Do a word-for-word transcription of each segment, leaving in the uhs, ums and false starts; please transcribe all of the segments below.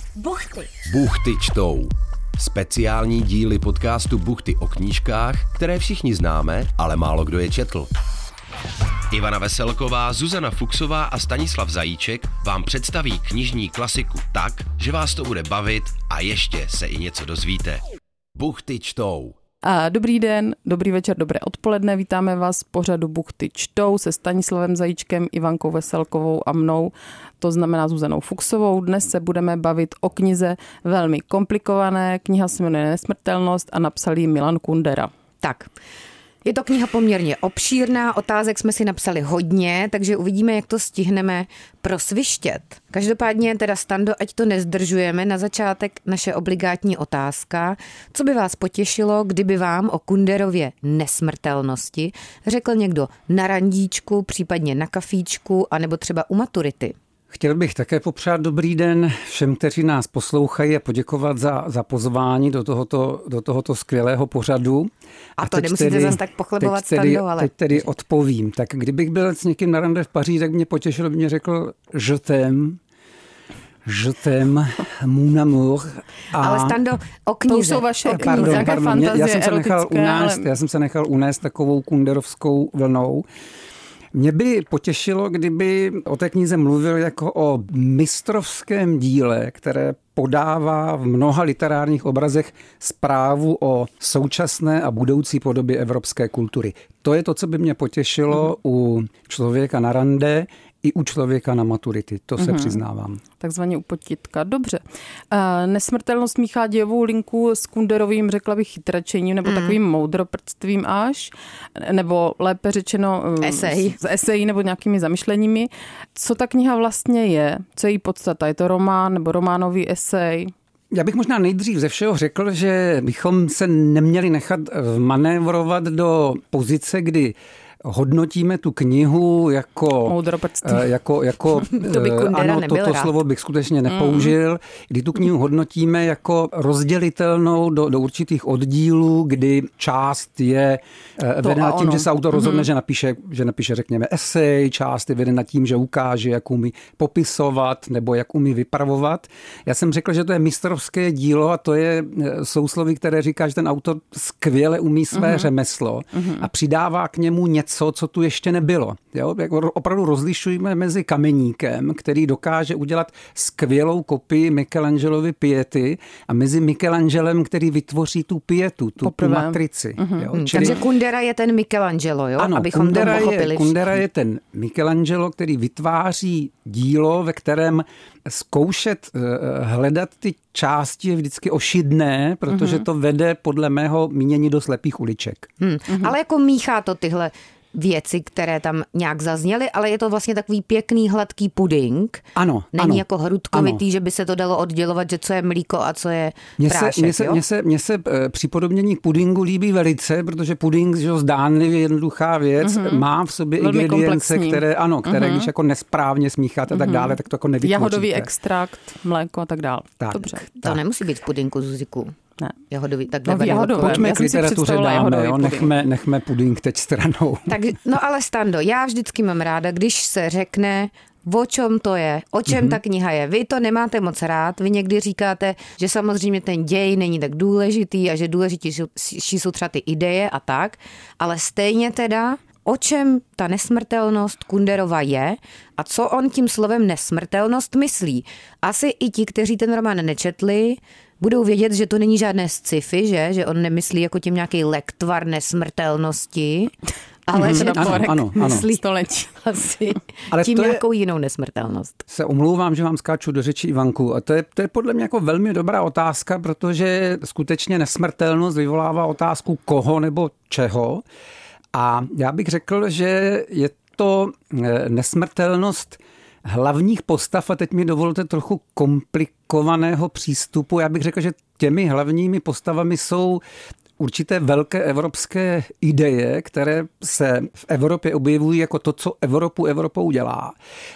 Buchty. Buchty čtou. Speciální díly podcastu Buchty o knížkách, které všichni známe, ale málo kdo je četl. Ivana Veselková, Zuzana Fuchsová a Stanislav Zajíček vám představí knižní klasiku tak, že vás to bude bavit a ještě se i něco dozvíte. Buchty čtou. A dobrý den, dobrý večer, dobré odpoledne. Vítáme vás v pořadu Buchty čtou se Stanislavem Zajíčkem, Ivankou Veselkovou a mnou, to znamená Zuzanou Fuchsovou. Dnes se budeme bavit o knize velmi komplikované. Kniha se jmenuje Nesmrtelnost a napsal ji Milan Kundera. Tak. Je to kniha poměrně obšírná, otázek jsme si napsali hodně, takže uvidíme, jak to stihneme prosvištět. Každopádně teda, Stando, ať to nezdržujeme, na začátek naše obligátní otázka. Co by vás potěšilo, kdyby vám o Kunderově Nesmrtelnosti řekl někdo na randíčku, případně na kafíčku, anebo třeba u maturity? Chtěl bych také popřát dobrý den všem, kteří nás poslouchají a poděkovat za, za pozvání do tohoto, do tohoto skvělého pořadu. A, a to nemusíte zase tak pochlebovat, Stando, ale... Teď tedy odpovím. Tak kdybych byl s někým na rande v Paříži, tak mě potěšilo, by mě řekl je t'aime, je t'aime, mon amour. A... Ale Stando, o knize. To jsou vaše o pardon, knize, pardon, fantazie, já jsem se nechal unést, ale... já jsem se nechal unést takovou kunderovskou vlnou. Mě by potěšilo, kdyby o té knize mluvil jako o mistrovském díle, které podává v mnoha literárních obrazech zprávu o současné a budoucí podobě evropské kultury. To je to, co by mě potěšilo mm. u Člověka na rande i u Člověka na maturity, to se mm-hmm. přiznávám. Takzvaně u potítka. Dobře. Nesmrtelnost míchá dějovou linku s Kunderovým, řekla bych, chytračením nebo mm. takovým moudroprstvím až, nebo lépe řečeno esej. z esejí nebo nějakými zamyšleními. Co ta kniha vlastně je? Co je její podstata? Je to román nebo románový esej? Já bych možná nejdřív ze všeho řekl, že bychom se neměli nechat manévrovat do pozice, kdy hodnotíme tu knihu jako, jako, jako to by ano, toto rád. slovo bych skutečně nepoužil, mm. kdy tu knihu hodnotíme jako rozdělitelnou do, do určitých oddílů, kdy část je vedena tím, že se autor rozhodne, mm. že napíše, že napíše, řekněme, esej, část je vedena tím, že ukáže, jak umí popisovat nebo jak umí vypravovat. Já jsem řekl, že to je mistrovské dílo a to je sousloví, které říká, že ten autor skvěle umí své mm. řemeslo mm. a přidává k němu něco, Co, co tu ještě nebylo. Jo? Opravdu rozlišujeme mezi kameníkem, který dokáže udělat skvělou kopii Michelangelovy Piety a mezi Michelangelem, který vytvoří tu pietu, tu, tu matrici. Mm-hmm. Jo? Čili... Takže Kundera je ten Michelangelo, jo? Ano, abychom Kundera to pochopili. Je, Kundera je ten Michelangelo, který vytváří dílo, ve kterém zkoušet hledat ty části je vždycky ošidné, protože mm-hmm. to vede podle mého mínění do slepých uliček. Hmm. Mm-hmm. Ale jako míchá to tyhle věci, které tam nějak zazněly, ale je to vlastně takový pěkný, hladký puding. Ano, Není ano, jako hrudkovitý, ano. že by se to dalo oddělovat, že co je mlíko a co je mně prášek, se, mně se, jo? Mně se, mně se připodobnění k pudingu líbí velice, protože puding, že zdánlivě jednoduchá věc, mm-hmm. má v sobě velmi ingredience, komplexní. které, ano, které mm-hmm. když jako nesprávně smícháte a tak dále, tak to jako nevytvoříte. Jahodový extrakt, mléko a tak dále. Tak, Dobře. To tak. nemusí být v pudinku, Zuziku. Ne. Jahodový, tak no, jahodový. Pojďme k literatuře dáme, jo? Nechme, nechme puding teď stranou. Tak, no ale Stando, já vždycky mám ráda, když se řekne, o čem to je, o čem mm-hmm. ta kniha je. Vy to nemáte moc rád, vy někdy říkáte, že samozřejmě ten děj není tak důležitý a že důležitější jsou třeba ty ideje a tak, ale stejně teda, o čem ta nesmrtelnost Kunderova je a co on tím slovem nesmrtelnost myslí. Asi i ti, kteří ten román nečetli, budou vědět, že to není žádné sci-fi, že? Že on nemyslí jako tím nějaký lektvar nesmrtelnosti, ale že ano, ano, myslí století asi ale tím to je, nějakou jinou nesmrtelnost. Se omlouvám, že vám skáču do řeči, Ivanku. A to je, to je podle mě jako velmi dobrá otázka, protože skutečně nesmrtelnost vyvolává otázku koho nebo čeho. A já bych řekl, že je to nesmrtelnost hlavních postav, a teď mi dovolte trochu komplikovaného přístupu. Já bych řekl, že těmi hlavními postavami jsou určité velké evropské ideje, které se v Evropě objevují jako to, co Evropu Evropou dělá.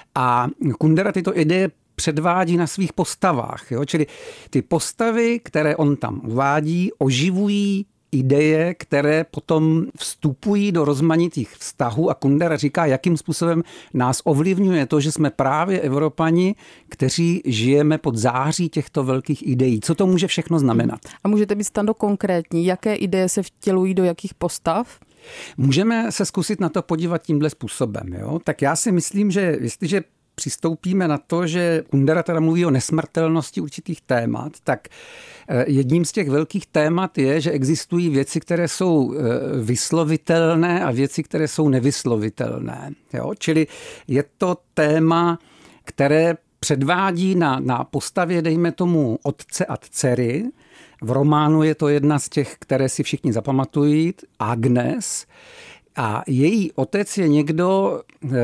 A Kundera tyto ideje předvádí na svých postavách. Jo? Čili ty postavy, které on tam uvádí, oživují ideje, které potom vstupují do rozmanitých vztahů a Kundera říká, jakým způsobem nás ovlivňuje to, že jsme právě Evropani, kteří žijeme pod září těchto velkých ideí. Co to může všechno znamenat? A můžete být, Stando, konkrétní? Jaké ideje se vtělují do jakých postav? Můžeme se zkusit na to podívat tímhle způsobem. Jo? Tak já si myslím, že jestliže přistoupíme na to, že Kundera teda mluví o nesmrtelnosti určitých témat, tak jedním z těch velkých témat je, že existují věci, které jsou vyslovitelné a věci, které jsou nevyslovitelné. Jo? Čili je to téma, které předvádí na, na postavě, dejme tomu, otce a dcery. V románu je to jedna z těch, které si všichni zapamatují, Agnes. A její otec je někdo,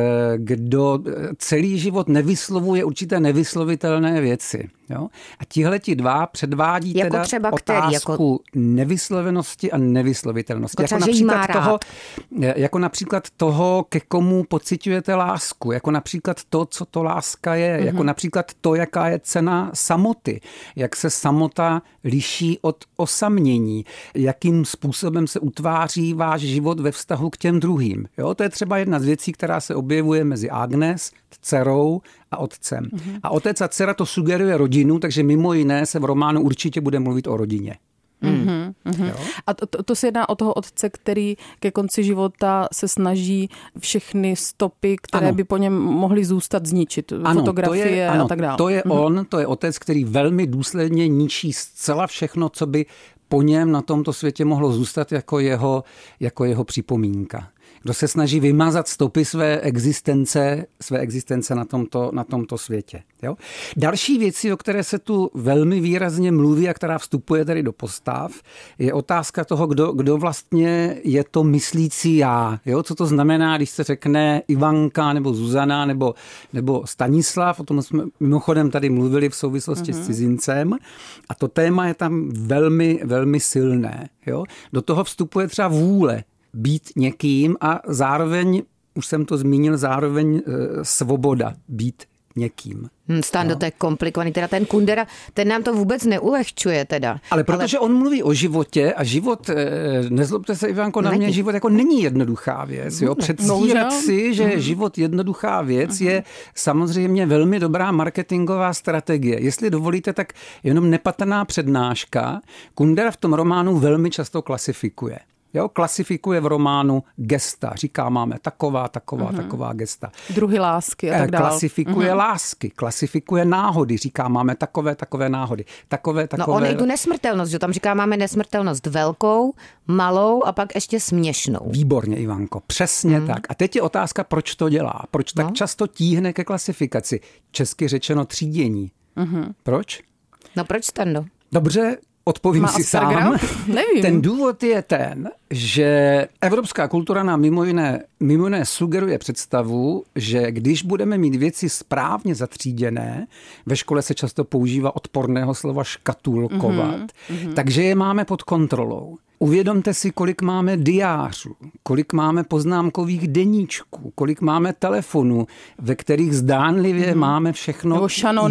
kdo celý život nevyslovuje určité nevyslovitelné věci. Jo? A tihleti dva předvádí jako teda třeba otázku který, jako... nevyslovenosti a nevyslovitelnosti. Jako, jako, například toho, jako například toho, ke komu pociťujete lásku. Jako například to, co to láska je. Mm-hmm. Jako například to, jaká je cena samoty. Jak se samota liší od osamění. Jakým způsobem se utváří váš život ve vztahu k těm druhým. Jo? To je třeba jedna z věcí, která se objevuje mezi Agnes, dcerou a otcem. Mm-hmm. A otec a dcera to sugeruje rodinu, takže mimo jiné se v románu určitě bude mluvit o rodině. Mm-hmm. Mm-hmm. A to, to, to se jedná o toho otce, který ke konci života se snaží všechny stopy, které ano. by po něm mohly zůstat, zničit. Ano, fotografie to je, ano, a tak dále. To je mm-hmm. on, to je otec, který velmi důsledně ničí zcela všechno, co by po něm na tomto světě mohlo zůstat jako jeho, jako jeho připomínka. Kdo se snaží vymazat stopy své existence, své existence na tomto, na tomto světě. Jo? Další věci, o které se tu velmi výrazně mluví a která vstupuje tady do postav, je otázka toho, kdo, kdo vlastně je to myslící já. Jo? Co to znamená, když se řekne Ivanka nebo Zuzana nebo, nebo Stanislav, o tom jsme mimochodem tady mluvili v souvislosti mm-hmm. s cizincem a to téma je tam velmi, velmi silné. Jo? Do toho vstupuje třeba vůle být někým a zároveň, už jsem to zmínil, zároveň e, svoboda být někým. Hmm, Stando, to je komplikovaný. Teda ten Kundera, ten nám to vůbec neulehčuje teda. Ale protože Ale... on mluví o životě a život, nezlobte se, Ivanko, na není. mě život jako není jednoduchá věc. Jo? Předstírat no, si, že mm. život jednoduchá věc mm. je samozřejmě velmi dobrá marketingová strategie. Jestli dovolíte, tak jenom nepatrná přednáška. Kundera v tom románu velmi často klasifikuje. Jo, klasifikuje v románu gesta. Říká, máme taková, taková, uh-huh. taková gesta. Druhy lásky a tak dále. Klasifikuje uh-huh. lásky, klasifikuje náhody. Říká, máme takové, takové náhody. Takové, takové... No on je tu nesmrtelnost, že tam říká, máme nesmrtelnost velkou, malou a pak ještě směšnou. Výborně, Ivanko, přesně uh-huh. tak. A teď je otázka, proč to dělá. Proč tak no? často tíhne ke klasifikaci? Česky řečeno třídění. Uh-huh. Proč? No proč, Stando? Dobře, odpovím Má si Aspergera? sám. Nevím. Ten důvod je ten, že evropská kultura nám mimo jiné, mimo jiné sugeruje představu, že když budeme mít věci správně zatříděné, ve škole se často používá odporného slova škatulkovat, mm-hmm. takže je máme pod kontrolou. Uvědomte si, kolik máme diářů, kolik máme poznámkových deníčků, kolik máme telefonů, ve kterých zdánlivě mm. máme všechno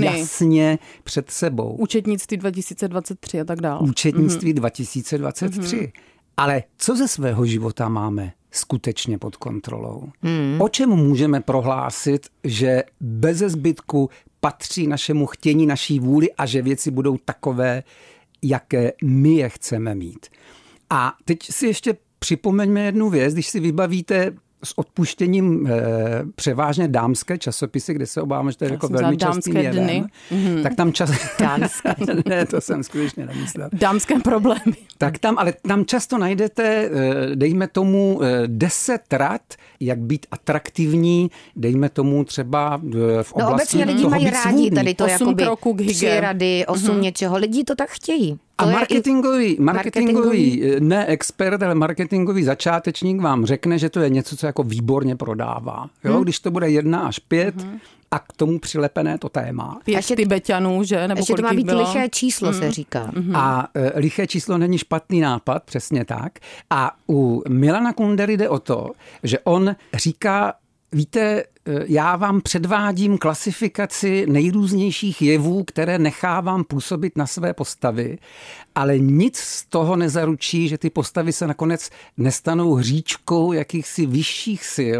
jasně před sebou. Účetnictví dva tisíce dvacet tři a tak dále. Účetnictví mm. dva tisíce dvacet tři. Mm. Ale co ze svého života máme skutečně pod kontrolou? Mm. O čem můžeme prohlásit, že beze zbytku patří našemu chtění, naší vůli a že věci budou takové, jaké my je chceme mít? A teď si ještě připomeňme jednu věc, když si vybavíte s odpuštěním e, převážně dámské časopisy, kde se obávám, že to je jako velmi častým jevem, mm-hmm. tak tam čas... Dámské. Ne, to jsem skutečně nemyslel. Dámské problémy. Tak tam, ale tam často najdete, dejme tomu, deset rad, jak být atraktivní, dejme tomu třeba v oblasti no, obecně lidi mají rádi tady to jakoby tři rady, osm mm-hmm. něčeho. Lidi to tak chtějí. To a marketingový, i... marketingový, ne expert, ale marketingový začátečník vám řekne, že to je něco, co jako výborně prodává. Jo? Hmm. Když to bude jedna až pět hmm. a k tomu přilepené to téma. Pět Tibeťanů, že? Nebo ještě to má být bylo? liché číslo, hmm. se říká. Hmm. A e, liché číslo není špatný nápad, přesně tak. A u Milana Kundery jde o to, že on říká Víte, já vám předvádím klasifikaci nejrůznějších jevů, které nechávám působit na své postavy, ale nic z toho nezaručí, že ty postavy se nakonec nestanou hříčkou jakýchsi vyšších sil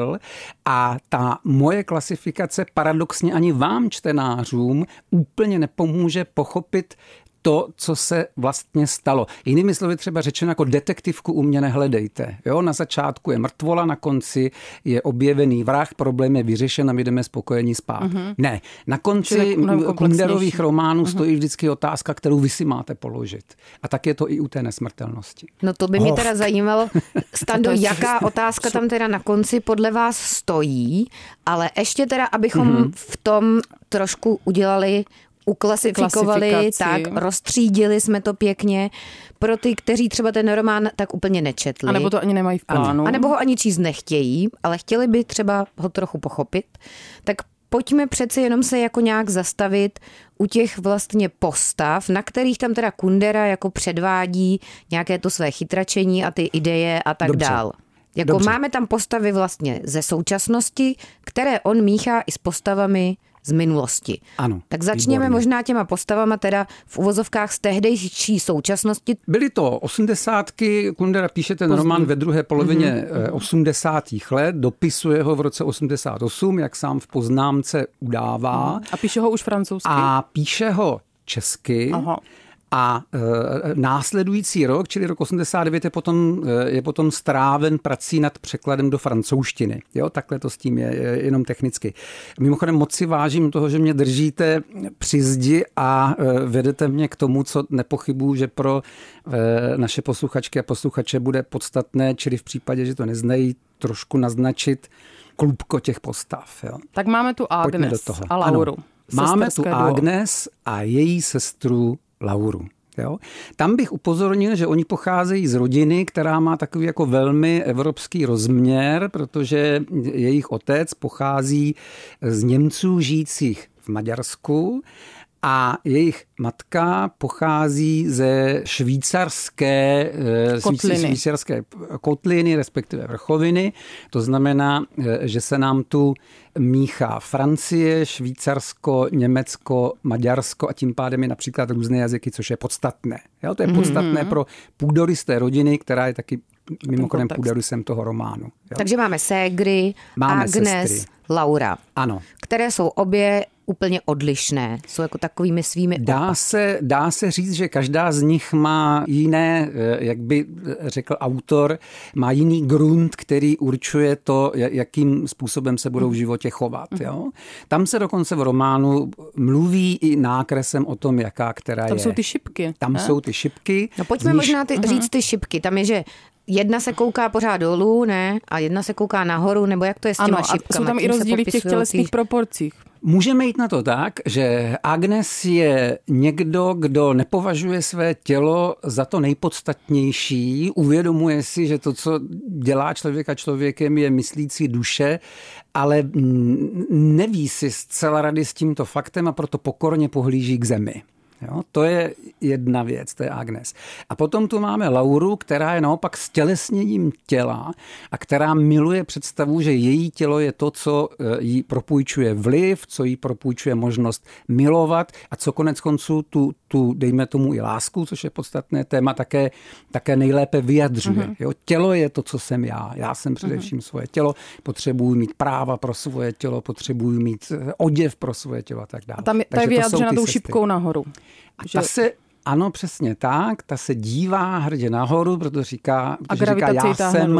a ta moje klasifikace paradoxně ani vám, čtenářům, úplně nepomůže pochopit to, co se vlastně stalo. Jinými slovy třeba řečeno, jako detektivku u mě nehledejte. Jo? Na začátku je mrtvola, na konci je objevený vrah, problém je vyřešen a my jdeme spokojení spát. Uh-huh. Ne, na konci Kunderových románů uh-huh. stojí vždycky otázka, kterou vy si máte položit. A tak je to i u té nesmrtelnosti. No to by mě teda zajímalo, Stando, jaká otázka tam teda na konci podle vás stojí, ale ještě teda, abychom uh-huh. v tom trošku udělali uklasifikovali, tak rozstřídili jsme to pěkně pro ty, kteří třeba ten román tak úplně nečetli. A nebo to ani nemají v plánu. A nebo ho ani číst nechtějí, ale chtěli by třeba ho trochu pochopit. Tak pojďme přeci jenom se jako nějak zastavit u těch vlastně postav, na kterých tam teda Kundera jako předvádí nějaké to své chytračení a ty ideje a tak Dobře. dál. Jako Dobře. Máme tam postavy vlastně ze současnosti, které on míchá i s postavami z minulosti. Ano, tak začněme výborně. možná těma postavama teda v uvozovkách z tehdejší současnosti. Byly to osmdesátky, Kundera píše ten Pozdý. román ve druhé polovině mm-hmm. osmdesátých let, dopisuje ho v roce osmdesát osm, jak sám v poznámce udává. Mm. A píše ho už francouzsky. A píše ho česky. Aha. A e, následující rok, čili rok osmdesát devět, je potom, je potom stráven prací nad překladem do francouzštiny. Jo, takhle to s tím je, je jenom technicky. Mimochodem moc si vážím toho, že mě držíte při zdi a e, vedete mě k tomu, co nepochybuju, že pro e, naše posluchačky a posluchače bude podstatné, čili v případě, že to neznají, trošku naznačit klubko těch postav. Jo. Tak máme tu Agnes a Lauru. Ano, máme tu duo. Agnes a její sestru Lauru. Jo? Tam bych upozornil, že oni pocházejí z rodiny, která má takový jako velmi evropský rozměr, protože jejich otec pochází z Němců žijících v Maďarsku a jejich matka pochází ze švýcarské kotliny. švýcarské kotliny, respektive vrchoviny. To znamená, že se nám tu míchá Francie, Švýcarsko, Německo, Maďarsko a tím pádem je například různé jazyky, což je podstatné. Jo, to je podstatné mm-hmm. pro půdorysté rodiny, která je taky mimochodem půdorysem toho románu. Jo. Takže máme ségry, máme Agnes, sestry. Laura, ano. které jsou obě úplně odlišné. Jsou jako takovými svými dá se, dá se říct, že každá z nich má jiné, jak by řekl autor, má jiný grunt, který určuje to, jakým způsobem se budou v životě chovat. Jo? Tam se dokonce v románu mluví i nákresem o tom, jaká která Tam je. jsou ty šipky. Tam ne? jsou ty šipky. No pojďme níž... možná ty, říct ty šipky. Tam je, že jedna se kouká pořád dolů, ne? A jedna se kouká nahoru, nebo jak to je s těma ano, šipkama? Ano, jsou tam i rozdíly v těch tělesných proporcích. Můžeme jít na to tak, že Agnes je někdo, kdo nepovažuje své tělo za to nejpodstatnější, uvědomuje si, že to, co dělá člověka člověkem, je myslící duše, ale neví si zcela rady s tímto faktem a proto pokorně pohlíží k zemi. Jo, to je jedna věc, to je Agnes. A potom tu máme Lauru, která je naopak stělesněním těla a která miluje představu, že její tělo je to, co jí propůjčuje vliv, co jí propůjčuje možnost milovat a co konec konců tu, tu dejme tomu i lásku, což je podstatné téma, také, také nejlépe vyjadřuje. Uh-huh. Jo, tělo je to, co jsem já. Já jsem především uh-huh. svoje tělo, potřebuji mít práva pro svoje tělo, potřebuji mít oděv pro svoje tělo a tak dále. A tam je, ta je vyjádřena tou šipkou nahoru. A ta se, ano, přesně tak, ta se dívá hrdě nahoru, protože říká, protože říká já, jsem,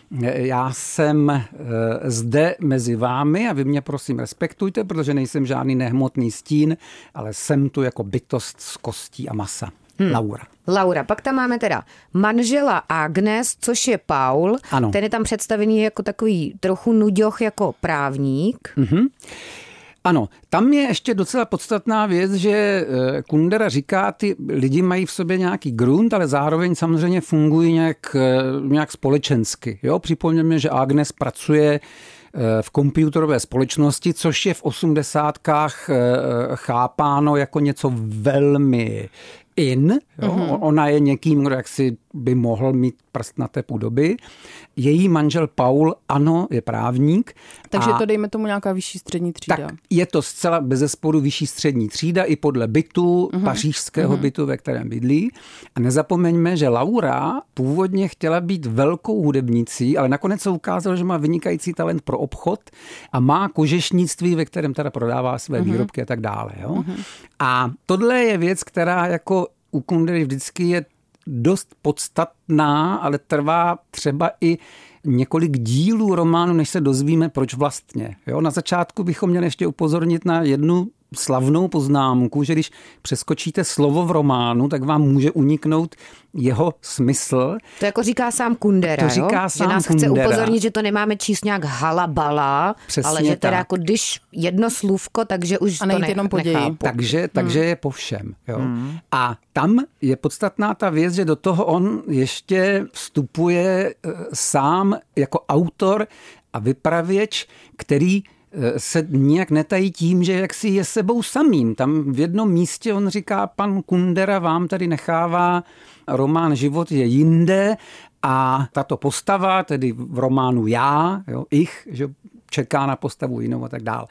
já jsem zde mezi vámi a vy mě prosím respektujte, protože nejsem žádný nehmotný stín, ale jsem tu jako bytost z kostí a masa. Hmm. Laura. Laura. Pak tam máme teda manžela Agnes, což je Paul. Ano. Ten je tam představený jako takový trochu nuďoch jako právník. Mhm. Ano, tam je ještě docela podstatná věc, že Kundera říká, ty lidi mají v sobě nějaký grunt, ale zároveň samozřejmě fungují nějak, nějak společensky. Jo? Připomněme, že Agnes pracuje v komputerové společnosti, což je v osmdesátkách chápáno jako něco velmi in. Jo? Mm-hmm. Ona je někým, kdo jaksi by mohl mít prst na té podoby. Její manžel Paul, ano, je právník. Takže to dejme tomu nějaká vyšší střední třída. Tak je to zcela bezesporu vyšší střední třída i podle bytu, uh-huh. pařížského uh-huh. bytu, ve kterém bydlí. A nezapomeňme, že Laura původně chtěla být velkou hudebnicí, ale nakonec se ukázalo, že má vynikající talent pro obchod a má kožešnictví, ve kterém teda prodává své uh-huh. výrobky a tak dále. Jo? Uh-huh. A tohle je věc, která jako u Kundery vždycky je dost podstatná, ale trvá třeba i několik dílů románu, než se dozvíme, proč vlastně. Jo? Na začátku bychom měli ještě upozornit na jednu slavnou poznámku, že když přeskočíte slovo v románu, tak vám může uniknout jeho smysl. To jako říká sám Kundera, to říká jo? Sám že nás Kundera. Chce upozornit, že to nemáme číst nějak halabala, Přesně ale že teda tak. jako když jedno slůvko, takže už a to ne, jenom nechápu. Takže, takže hmm. je po všem. Jo? Hmm. A tam je podstatná ta věc, že do toho on ještě vstupuje sám jako autor a vypravěč, který se nijak netají tím, že jaksi je sebou samým. Tam v jednom místě on říká, pan Kundera vám tady nechává román Život je jinde a tato postava, tedy v románu Já, jo, ich, že čeká na postavu jinou a tak dále.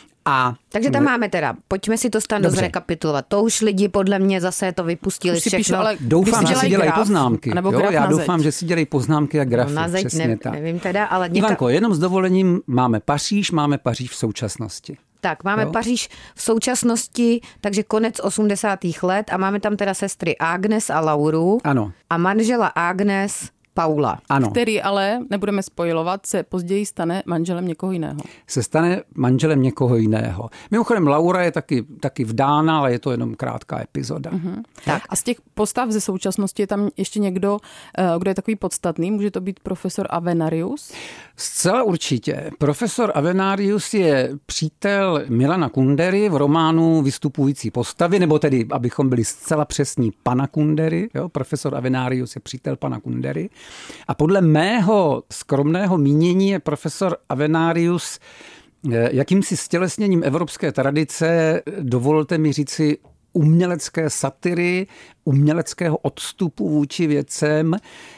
A takže tam máme teda, pojďme si to Stando zrekapitulovat. To už lidi podle mě zase to vypustili všechno. Píšu, ale doufám, že si dělají graf, poznámky. Jo, já na doufám, že si dělají poznámky a grafy. No, na zeď přesně ne, tak. Nevím teda, ale... Něka... Ivanko, jenom s dovolením máme Paříž, máme Paříž v současnosti. Tak, máme jo? Paříž v současnosti, takže konec osmdesátých let a máme tam teda sestry Agnes a Lauru. Ano. A manžela Agnes Paula. Ano. Který ale, nebudeme spojovat, se později stane manželem někoho jiného. Se stane manželem někoho jiného. Mimochodem Laura je taky, taky vdána, ale je to jenom krátká epizoda. Uh-huh. Tak. A z těch postav ze současnosti je tam ještě někdo, kdo je takový podstatný? Může to být profesor Avenarius? Zcela určitě. Profesor Avenarius je přítel Milana Kundery v románu Vystupující postavy, nebo tedy, abychom byli zcela přesní, pana Kundery. Jo? Profesor Avenarius je přítel pana Kundery. A podle mého skromného mínění je profesor Avenarius jakýmsi stělesněním evropské tradice, dovolte mi říci, umělecké satiry, uměleckého odstupu vůči věcem,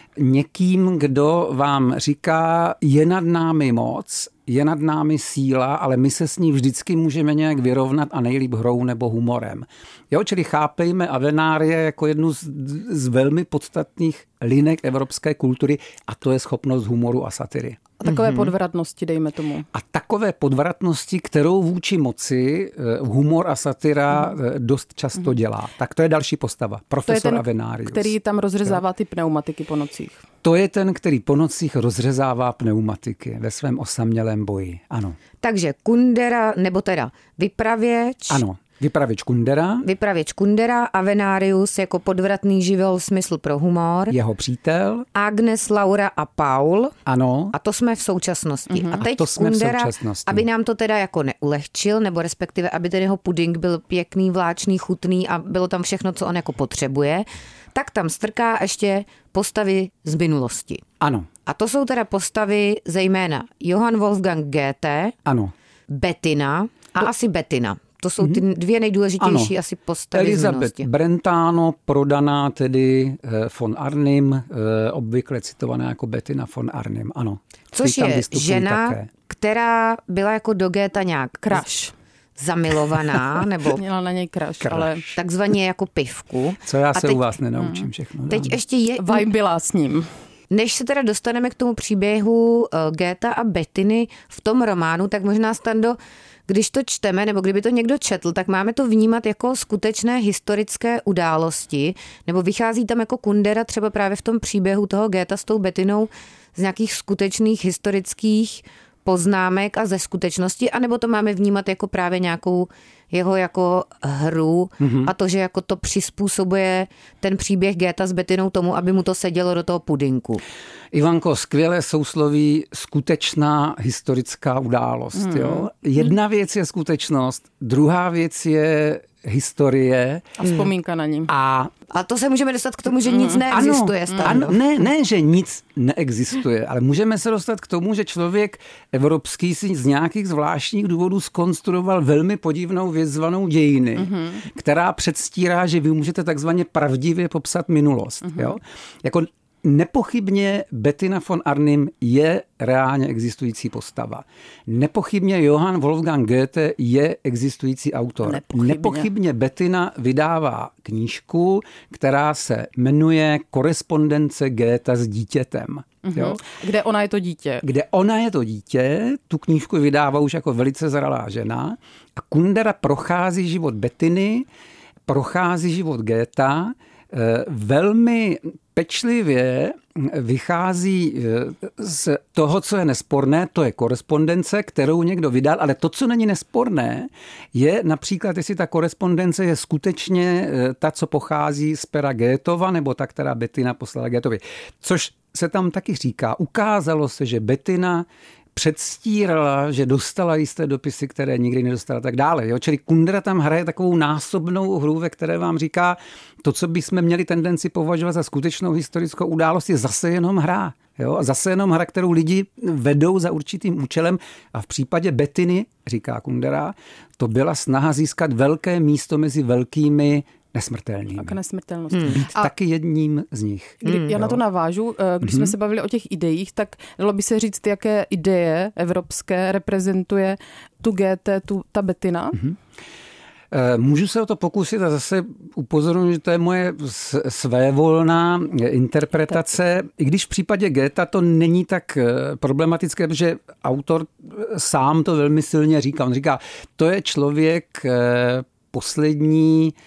někým, kdo vám říká, je nad námi moc, je nad námi síla, ale my se s ní vždycky můžeme nějak vyrovnat a nejlíp hrou nebo humorem. Jo, čili chápejme Avenárie jako jednu z, z velmi podstatných linek evropské kultury a to je schopnost humoru a satiry. A takové mm-hmm. podvratnosti, dejme tomu. A takové podvratnosti, kterou vůči moci humor a satira mm-hmm. dost často dělá. Tak to je další postava. Profesor to je ten, Avenarius. Který tam rozřezává ty pneumatiky po nocích. To je ten, který po nocích rozřezává pneumatiky ve svém osamělém boji. Ano. Takže Kundera, nebo teda vypravěč. Ano. Vypravěč Kundera. Vypravěč Kundera, Avenarius jako podvratný živel, smysl pro humor. Jeho přítel. Agnes, Laura a Paul. Ano. A to jsme v současnosti. Mm-hmm. A teď a to jsme Kundera, v současnosti. aby nám to teda jako neulehčil, nebo respektive, aby ten jeho puding byl pěkný, vláčný, chutný a bylo tam všechno, co on jako potřebuje, tak tam strká ještě postavy z minulosti. Ano. A to jsou teda postavy zejména Johann Wolfgang Goethe, ano. Bettina a to... asi Bettina. To jsou ty dvě nejdůležitější ano. asi postavy Elizabeth z minulosti. Brentano, prodaná tedy von Arnim, obvykle citovaná jako Bettina von Arnim, ano. Což je žena, také. Která byla jako do Goethe nějak crush. Zamilovaná, nebo měla na něj crush, ale takzvaně jako pivku. Co já a se teď, u vás nenaučím všechno. Teď dám. ještě je... Vibe byla s ním. Než se teda dostaneme k tomu příběhu Goethe a Bettiny v tom románu, tak možná, Stando, když to čteme, nebo kdyby to někdo četl, tak máme to vnímat jako skutečné historické události, nebo vychází tam jako Kundera třeba právě v tom příběhu toho Goethe s tou Bettinou z nějakých skutečných historických poznámek a ze skutečnosti, anebo to máme vnímat jako právě nějakou jeho jako hru mm-hmm. a to, že jako to přizpůsobuje ten příběh Goethe s Bettinou tomu, aby mu to sedělo do toho pudinku. Ivanko, skvělé sousloví, skutečná historická událost. Mm. Jo? Jedna věc je skutečnost, druhá věc je historie. A vzpomínka na ní. A, a to se můžeme dostat k tomu, že nic neexistuje. Ano, ano, ne, ne, že nic neexistuje, ale můžeme se dostat k tomu, že člověk evropský si z nějakých zvláštních důvodů zkonstruoval velmi podivnou věc zvanou dějiny, mm-hmm. která předstírá, že vy můžete takzvaně pravdivě popsat minulost. Mm-hmm. Jo? Jako nepochybně Bettina von Arnim je reálně existující postava. Nepochybně Johann Wolfgang Goethe je existující autor. Nepochybně, Nepochybně Bettina vydává knížku, která se jmenuje Korespondence Goethe s dítětem. Mm-hmm. Jo? Kde ona je to dítě. Kde ona je to dítě, tu knížku vydává už jako velice zralá žena a Kundera prochází život Bettiny, prochází život Goethe, velmi pečlivě vychází z toho, co je nesporné, to je korespondence, kterou někdo vydal, ale to, co není nesporné, je například, jestli ta korespondence je skutečně ta, co pochází z pera Goethova, nebo ta, která Bettina poslala Goethevi. Což se tam taky říká. Ukázalo se, že Bettina předstírala, že dostala jisté dopisy, které nikdy nedostala, tak dále. Jo? Čili Kundera tam hraje takovou násobnou hru, ve které vám říká, to, co bychom měli tendenci považovat za skutečnou historickou událost, je zase jenom hra. Jo? A zase jenom hra, kterou lidi vedou za určitým účelem. A v případě Bettiny, říká Kundera, to byla snaha získat velké místo mezi velkými nesmrtelnými. Tak nesmrtelnost. Hmm. Být a taky jedním z nich. Kdy, já na to navážu. Když hmm. jsme se bavili o těch ideích, tak dalo by se říct, jaké ideje evropské reprezentuje tu Goethe, tu, ta Bettina? Hmm. Můžu se o to pokusit a zase upozorňuji, že to je moje svévolná interpretace. I když v případě Goethe to není tak problematické, protože autor sám to velmi silně říká. On říká, to je člověk poslední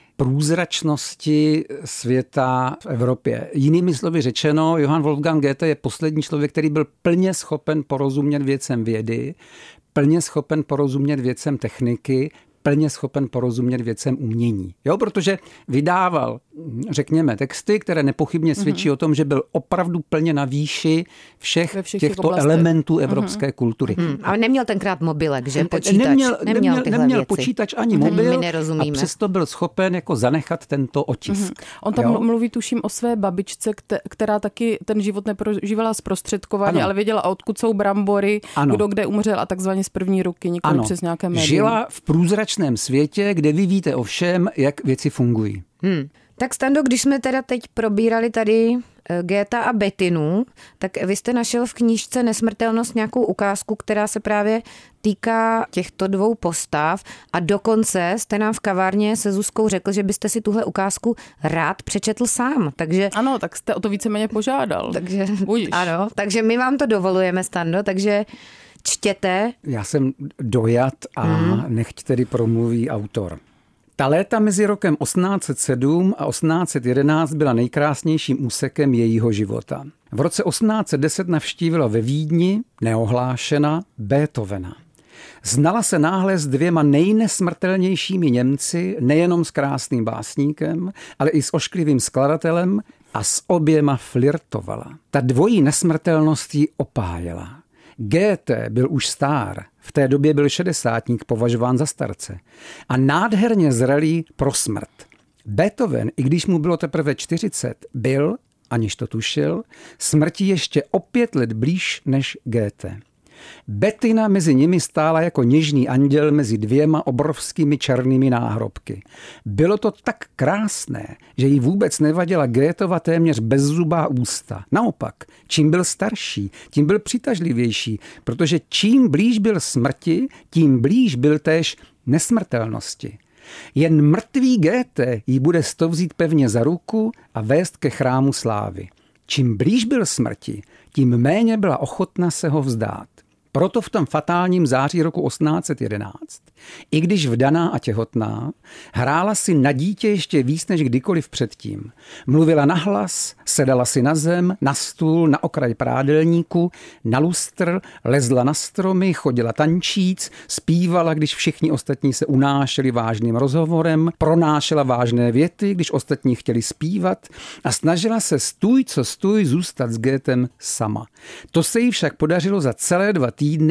průzračnosti světa v Evropě. Jinými slovy řečeno, Johann Wolfgang Goethe je poslední člověk, který byl plně schopen porozumět věcem vědy, plně schopen porozumět věcem techniky, plně schopen porozumět věcem umění. Jo, protože vydával, řekněme, texty, které nepochybně svědčí mm-hmm. o tom, že byl opravdu plně na výši všech, všech těchto oblastech. Elementů evropské mm-hmm. kultury. Mm. Ale neměl tenkrát mobilek, že počítač? Neměl, neměl, neměl, neměl počítač ani mobil mm-hmm. a přesto byl schopen jako zanechat tento otisk. Mm-hmm. On tam jo? mluví, tuším, o své babičce, která taky ten život neprožívala zprostředkovaně, ano. ale věděla, odkud jsou brambory, ano. kdo kde umřel a takzvaně z první ruky, nikoli ano. přes nějaké médium. Žila v průzračném světě, kde vy víte o všem, jak věci fungují. Hmm. Tak Stando, když jsme teda teď probírali tady Goethe a Bettinu, tak vy jste našel v knížce Nesmrtelnost nějakou ukázku, která se právě týká těchto dvou postav a dokonce jste nám v kavárně se Zuzkou řekl, že byste si tuhle ukázku rád přečetl sám. Takže ano, tak jste o to víceméně požádal. Takže, ano, takže my vám to dovolujeme, Stando, takže čtěte. Já jsem dojat a hmm. nechť tedy promluví autor. Ta léta mezi rokem osmnáct set sedm a osmnáct set jedenáct byla nejkrásnějším úsekem jejího života. V roce osmnáct set deset navštívila ve Vídni, neohlášena, Beethovena. Znala se náhle s dvěma nejnesmrtelnějšími Němci, nejenom s krásným básníkem, ale i s ošklivým skladatelem a s oběma flirtovala. Ta dvojí nesmrtelnost ji opájela. Goethe byl už stár, v té době byl šedesátník považován za starce a nádherně zralý pro smrt. Beethoven, i když mu bylo teprve čtyřicet, byl, aniž to tušil, smrti ještě o pět let blíž než Goethe. Bettina mezi nimi stála jako něžný anděl mezi dvěma obrovskými černými náhrobky. Bylo to tak krásné, že jí vůbec nevadila Goethova téměř bezzubá ústa. Naopak, čím byl starší, tím byl přitažlivější, protože čím blíž byl smrti, tím blíž byl též nesmrtelnosti. Jen mrtvý Goethe jí bude stovzít pevně za ruku a vést ke chrámu slávy. Čím blíž byl smrti, tím méně byla ochotna se ho vzdát. Proto v tom fatálním září roku osmnáct set jedenáct, i když vdaná a těhotná, hrála si na dítě ještě víc než kdykoliv předtím. Mluvila nahlas, sedala si na zem, na stůl, na okraj prádelníku, na lustr, lezla na stromy, chodila tančíc, zpívala, když všichni ostatní se unášeli vážným rozhovorem, pronášela vážné věty, když ostatní chtěli zpívat a snažila se stůj co stůj zůstat s Goethem sama. To se jí však podařilo za celé dva týdny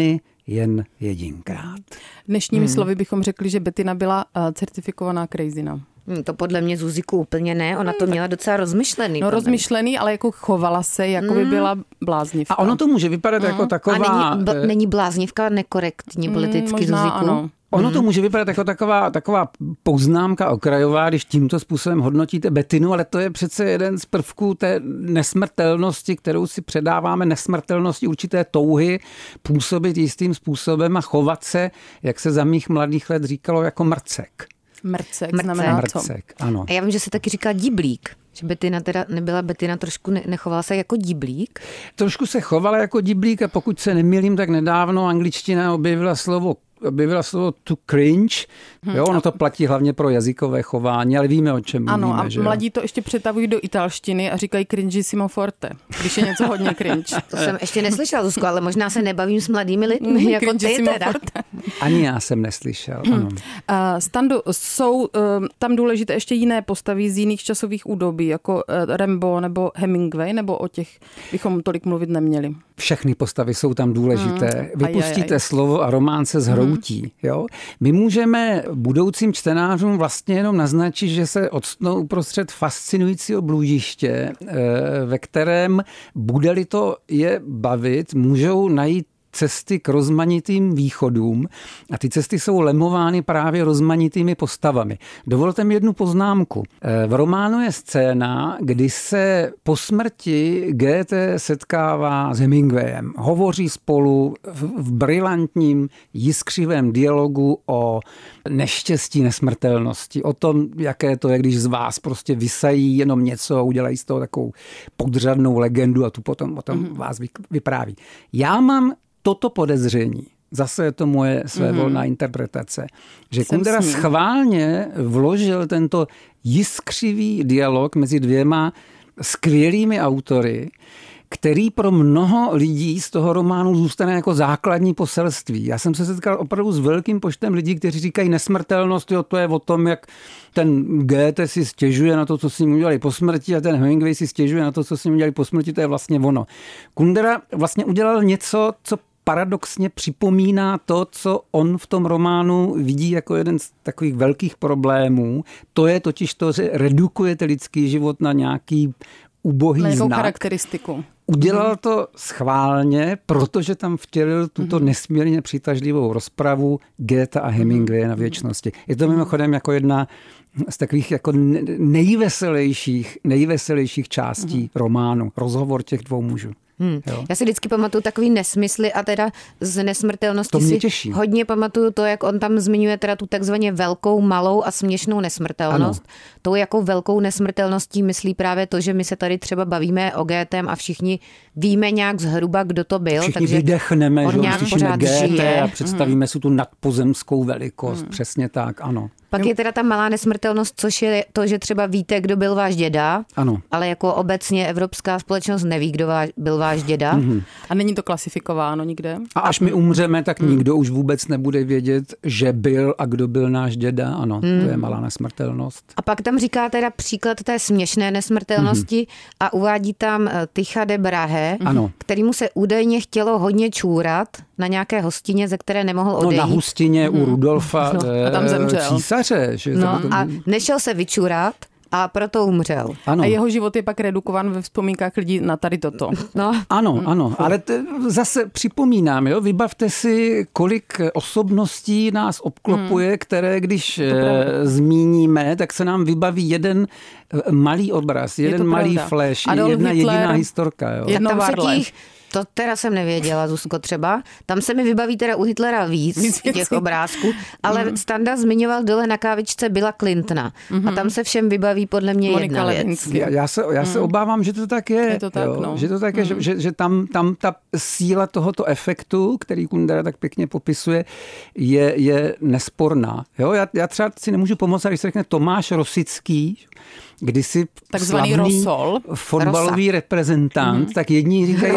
jen jedinkrát. Dnešními hmm. slovy bychom řekli, že Bettina byla certifikovaná crazyna. Hmm, to podle mě Zuziku úplně ne, ona to měla docela rozmyšlený. No rozmyšlený, ale jako chovala se, jako by byla bláznivka. A ono to může vypadat mm. jako taková... A není, b- není bláznivka nekorektní politicky, mm, Zuziku? Ano. Ono to může vypadat jako taková, taková poznámka okrajová, když tímto způsobem hodnotíte Bettinu, ale to je přece jeden z prvků té nesmrtelnosti, kterou si předáváme, nesmrtelnosti určité touhy působit jistým způsobem a chovat se, jak se za mých mladých let říkalo, jako mrcek. Mrcek, Mrcek znamená mrcek, co? Ano. A já vím, že se taky říká díblík. Že Bettina teda nebyla Bettina, trošku ne, nechovala se jako díblík? Trošku se chovala jako díblík a pokud se nemýlím, tak nedávno angličtina objevila slovo objevila slovo to cringe. Jo, ono to platí hlavně pro jazykové chování, ale víme, o čem ano, mluvíme. A že mladí to ještě přetavují do italštiny a říkají cringissimo forte, když je něco hodně cringe. To jsem ještě neslyšela, Zuzko, ale možná se nebavím s mladými lidmi, mm, jako ty teda. Forte. Ani já jsem neslyšel. Ano. Uh, Stando, jsou uh, tam důležité ještě jiné postavy z jiných časových údobí, jako uh, Rambo nebo Hemingway, nebo o těch bychom tolik mluvit neměli? Všechny postavy jsou tam důležité. Mm. Vypustíte aj, aj, aj. slovo a román se zhroutí. Mm. Jo? My můžeme budoucím čtenářům vlastně jenom naznačit, že se odstnou uprostřed fascinujícího blůžiště, ve kterém, bude-li to je bavit, můžou najít cesty k rozmanitým východům a ty cesty jsou lemovány právě rozmanitými postavami. Dovolte mi jednu poznámku. V románu je scéna, kdy se po smrti G T setkává s Hemingwayem. Hovoří spolu v brilantním, jiskřivém dialogu o neštěstí, nesmrtelnosti, o tom, jaké to je, když z vás prostě vysají jenom něco a udělají z toho takovou podřadnou legendu a tu potom o tom mm-hmm. vás vypráví. Já mám toto podezření, zase je to moje svévolná mm-hmm. interpretace, že Jsem Kundera schválně vložil tento jiskřivý dialog mezi dvěma skvělými autory, který pro mnoho lidí z toho románu zůstane jako základní poselství. Já jsem se setkal opravdu s velkým počtem lidí, kteří říkají nesmrtelnost, jo, to je o tom, jak ten Goethe si stěžuje na to, co s ním udělali po smrti a ten Hemingway si stěžuje na to, co s ním udělali po smrti, to je vlastně ono. Kundera vlastně udělal něco, co paradoxně připomíná to, co on v tom románu vidí jako jeden z takových velkých problémů. To je totiž to, že redukujete lidský život na nějaký ubohý na znak. Charakteristiku. Udělal to schválně, protože tam vtělil tuto nesmírně přitažlivou rozpravu Goethe a Hemingwaye na věčnosti. Je to mimochodem jako jedna z takových jako nejveselějších, nejveselějších částí románu. Rozhovor těch dvou mužů. Hmm. Já si vždycky pamatuju takový nesmysly a teda z nesmrtelnosti si těší. Hodně pamatuju to, jak on tam zmiňuje teda tu takzvaně velkou, malou a směšnou nesmrtelnost. Ano. Tou jako velkou nesmrtelností myslí právě to, že my se tady třeba bavíme o Goethem a všichni víme nějak zhruba, kdo to byl. Všichni takže vydechneme, on že nějak uslyšíme Goethe a představíme hmm. si tu nadpozemskou velikost. Hmm. Přesně tak, ano. Pak je teda ta malá nesmrtelnost, což je to, že třeba víte, kdo byl váš děda, ano. ale jako obecně evropská společnost neví, kdo váš, byl váš děda. Mm-hmm. A není to klasifikováno nikde? A až my umřeme, tak mm. nikdo už vůbec nebude vědět, že byl a kdo byl náš děda. Ano, mm. to je malá nesmrtelnost. A pak tam říká teda příklad té směšné nesmrtelnosti mm-hmm. a uvádí tam Tycha de Brahe, ano. kterýmu se údajně chtělo hodně čůrat na nějaké hostině, ze které nemohl odejít. No na hostině mm. u Rudolfa no. a tam zemřel. Císaře. Že no a nešel se vyčůrat a proto umřel. Ano. A jeho život je pak redukovan ve vzpomínkách lidí na tady toto. No. Ano, ano, ale t- zase připomínám, jo, vybavte si, kolik osobností nás obklopuje, hmm. které když e, zmíníme, tak se nám vybaví jeden malý obraz, jeden malý pravda. Flash, Adolf jedna Hitler, jediná historka. Jo. Jedno tam se těch, to teda jsem nevěděla, Zuzko, třeba. Tam se mi vybaví teda u Hitlera víc, víc těch obrázků, ale mm. Standa zmiňoval dole na kávičce Billa Clintona. Mm-hmm. A tam se všem vybaví podle mě Monika jedna věc. Já, já, se, já mm. se obávám, že to tak je. Je to tak, jo, no. Že to tak je, mm. že, že, že tam, tam ta síla tohoto efektu, který Kundera tak pěkně popisuje, je, je nesporná. Jo, já, já třeba si nemůžu pomoct, když se řekne Tomáš Rosický, kdysi takzvaný slavný Rosol. fotbalový reprezentant, mm. tak jedni říkají Rosa,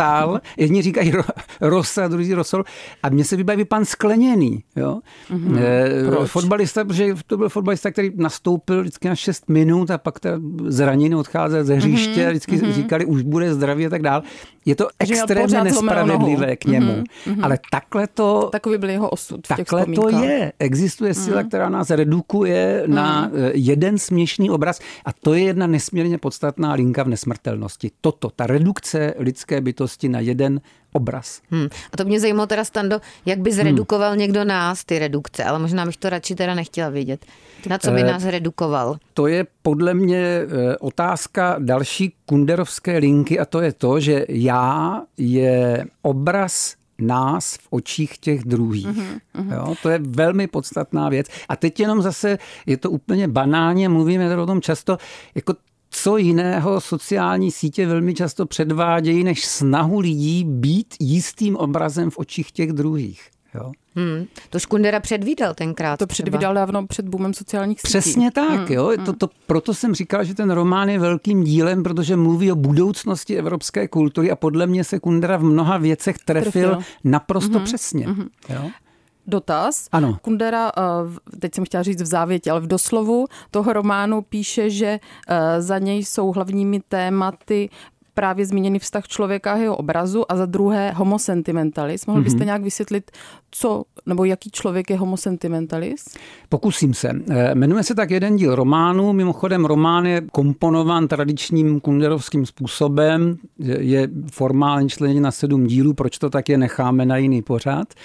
Rosal, jedni říkají ro, Rosa, druzí Rosol a mně se vybaví pan Skleněný. Jo? Mm-hmm. E, fotbalista, protože to byl fotbalista, který nastoupil vždycky na šest minut a pak ta zranění odcházel ze hřiště mm-hmm. a vždycky mm-hmm. říkali, už bude zdravý a tak dál. Je to extrémně nespravedlivé k němu. Mm-hmm. Ale takhle to... Takový byl jeho osud v těch Takhle to je. Existuje síla, mm-hmm. která nás redukuje mm-hmm. na jeden směšný obraz a to je jedna nesmírně podstatná linka v nesmrtelnosti. Toto, ta redukce lidské bytosti na jeden obraz. Hmm. A to mě zajímalo teda, Stando, jak by zredukoval hmm. někdo nás, ty redukce, ale možná bych to radši teda nechtěla vědět. Na co by eh, nás redukoval? To je podle mě otázka další kunderovské linky a to je to, že já je obraz nás v očích těch druhých. Mm-hmm. Jo, to je velmi podstatná věc. A teď jenom zase, je to úplně banálně, mluvíme tady o tom často, jako co jiného sociální sítě velmi často předvádějí, než snahu lidí být jistým obrazem v očích těch druhých. Jo? Hmm, to Škundera předvídal tenkrát. To předvídal dávno před boomem sociálních sítí. Přesně tak. Hmm, jo? To, to, proto jsem říkal, že ten román je velkým dílem, protože mluví o budoucnosti evropské kultury a podle mě se Kundera v mnoha věcech trefil, trefil. naprosto hmm, přesně. Hmm. Jo? Dotaz. Ano. Kundera, teď jsem chtěla říct v závětě, ale v doslovu toho románu píše, že za něj jsou hlavními tématy právě zmíněný vztah člověka a jeho obrazu a za druhé homosentimentalist. Mohl byste mm-hmm. nějak vysvětlit, co nebo jaký člověk je homosentimentalist? Pokusím se. Jmenuje se tak jeden díl románu. Mimochodem román je komponován tradičním kunderovským způsobem. Je formálně členěn na sedm dílů, proč to tak je, necháme na jiný pořad.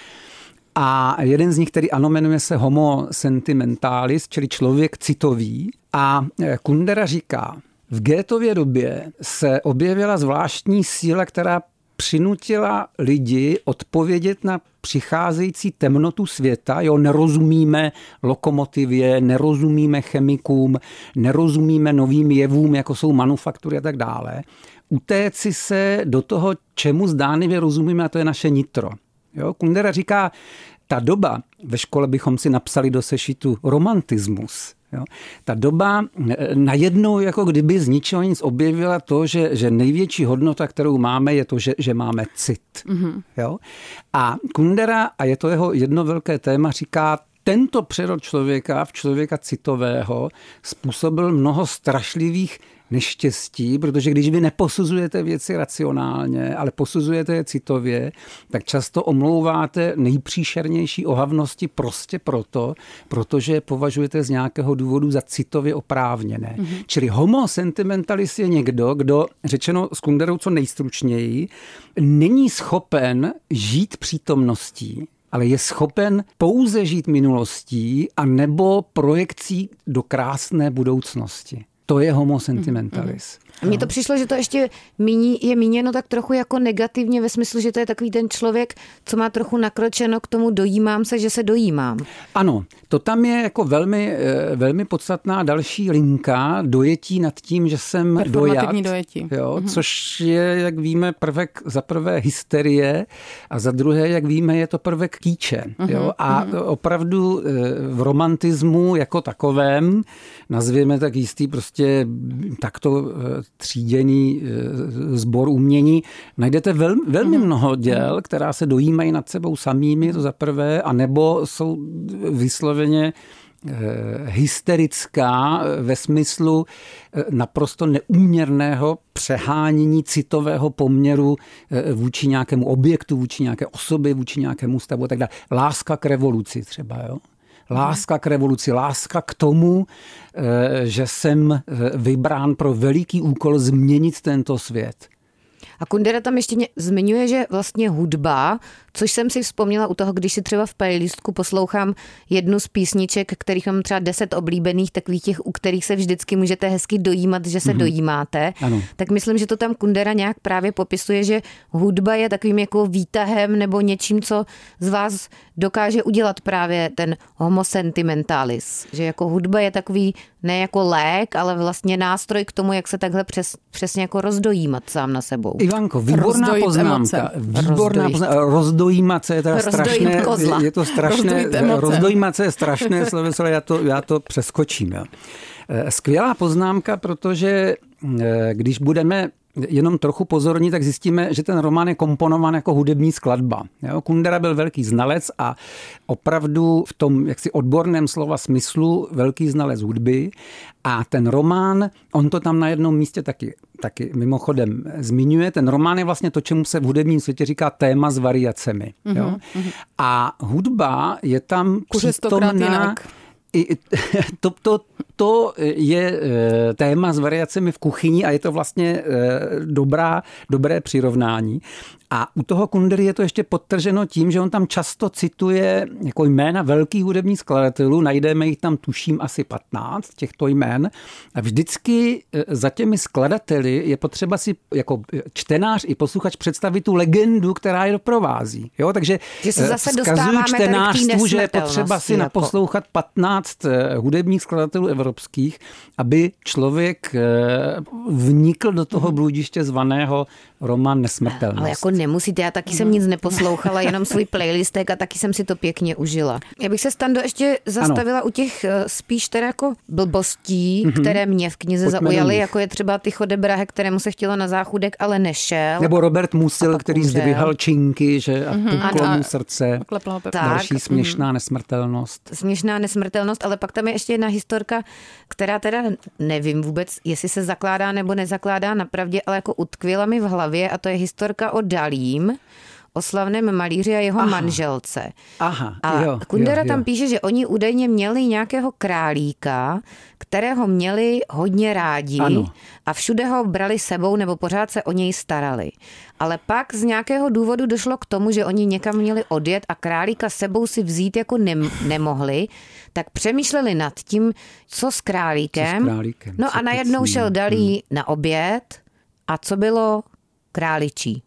A jeden z nich, který ano, jmenuje se Homo sentimentalis, čili člověk citový. A Kundera říká, v Goethově době se objevila zvláštní síla, která přinutila lidi odpovědět na přicházející temnotu světa. Jo, nerozumíme lokomotivě, nerozumíme chemikům, nerozumíme novým jevům, jako jsou manufaktury a tak dále. Utéci se do toho, čemu zdánlivě rozumíme, a to je naše nitro. Jo, Kundera říká, ta doba, ve škole bychom si napsali do sešitu romantismus. Jo, ta doba najednou jako kdyby z ničeho nic objevila to, že, že největší hodnota, kterou máme, je to, že, že máme cit. Mm-hmm. Jo? A Kundera, a je to jeho jedno velké téma, říká, tento přerod člověka v člověka citového způsobil mnoho strašlivých neštěstí, protože když vy neposuzujete věci racionálně, ale posuzujete je citově, tak často omlouváte nejpříšernější ohavnosti prostě proto, protože je považujete z nějakého důvodu za citově oprávněné. Mm-hmm. Čili homo sentimentalist je někdo, kdo, řečeno s Kunderou co nejstručněji, není schopen žít přítomností, ale je schopen pouze žít minulostí a nebo projekcí do krásné budoucnosti. To je homo sentimentalis. A mně to přišlo, že to ještě míní, je míněno tak trochu jako negativně ve smyslu, že to je takový ten člověk, co má trochu nakročeno k tomu dojímám se, že se dojímám. Ano, to tam je jako velmi, velmi podstatná další linka, dojetí nad tím, že jsem dojat. dojetí. Jo, mhm. Což je, jak víme, prvek za prvé hysterie a za druhé, jak víme, je to prvek kýče. Mhm. Jo? A mhm. opravdu v romantismu jako takovém, nazvěme tak jistý prostě takto tříděný sbor umění, najdete vel, velmi mnoho děl, která se dojímají nad sebou samými, to za prvé, anebo jsou vysloveně hysterická ve smyslu naprosto neúměrného přehánění citového poměru vůči nějakému objektu, vůči nějaké osobě, vůči nějakému stavu a tak dále. Láska k revoluci třeba, jo? Láska k revoluci, láska k tomu, že jsem vybrán pro veliký úkol změnit tento svět. A Kundera tam ještě zmiňuje, že vlastně hudba, což jsem si vzpomněla u toho, když si třeba v playlistku poslouchám jednu z písniček, kterých mám třeba deset oblíbených, takových těch, u kterých se vždycky můžete hezky dojímat, že se mm-hmm. dojímáte, ano. Tak myslím, že to tam Kundera nějak právě popisuje, že hudba je takovým jako výtahem nebo něčím, co z vás dokáže udělat právě ten homo sentimentalis. Že jako hudba je takový ne jako lék, ale vlastně nástroj k tomu, jak se takhle přes, přesně jako rozdojímat sám na sebou. Ivanko, výborná Rozdojit poznámka. Výborná poznámka. Rozdojímat se je teda strašné. Kozla. Je to strašné. Rozdojímat se je strašné sloveso, ale já to, já to přeskočím. Jo. Skvělá poznámka, protože když budeme jenom trochu pozorní, tak zjistíme, že ten román je komponován jako hudební skladba. Jo? Kundera byl velký znalec a opravdu v tom jaksi odborném slova smyslu velký znalec hudby. A ten román, on to tam na jednom místě taky, taky mimochodem zmiňuje, ten román je vlastně to, čemu se v hudebním světě říká téma s variacemi. Mm-hmm. Jo? A hudba je tam přítomná... I, to, to, to je téma s variacemi v kuchyni a je to vlastně dobrá, dobré přirovnání. A u toho Kundery je to ještě podtrženo tím, že on tam často cituje jako jména velkých hudebních skladatelů, najdeme jich tam tuším asi patnáct těchto jmén. A vždycky za těmi skladateli je potřeba si jako čtenář i posluchač představit tu legendu, která je doprovází. Jo? Takže že se zase dostáváme čtenářstvu, že je potřeba si jako naposlouchat patnáct hudebních skladatelů evropských, aby člověk vnikl do toho bludiště zvaného román Nesmrtelnost. Ale jako nemusíte, já taky jsem nic neposlouchala, jenom svůj playlistek a taky jsem si to pěkně užila. Já bych se, Stando, ještě zastavila ano. u těch spíš teda jako blbostí, mm-hmm. které mě v knize Pojďme zaujaly, jako je třeba Tycho de Brahe, kterému se chtělo na záchůdek, ale nešel. Nebo Robert Musil, který umřel. Zdvihal činky, že a mm-hmm. puklo mu srdce. Další tak, směšná nesmrtelnost. Směšná nesmrtelnost, ale pak tam je ještě jedna historka, která teda nevím vůbec, jestli se zakládá nebo nezakládá na pravdě, ale jako utkvěla mi v hlavě a to je historka o Dalím, o slavném malíři a jeho Aha. manželce. Aha, a jo, Kundera jo, tam jo. píše, že oni údajně měli nějakého králíka, kterého měli hodně rádi ano. a všude ho brali sebou nebo pořád se o něj starali. Ale pak z nějakého důvodu došlo k tomu, že oni někam měli odjet a králíka sebou si vzít jako nem- nemohli, tak přemýšleli nad tím, co s králíkem. Co s králíkem? No a najednou šel Dalí hmm. na oběd a co bylo? Králičí.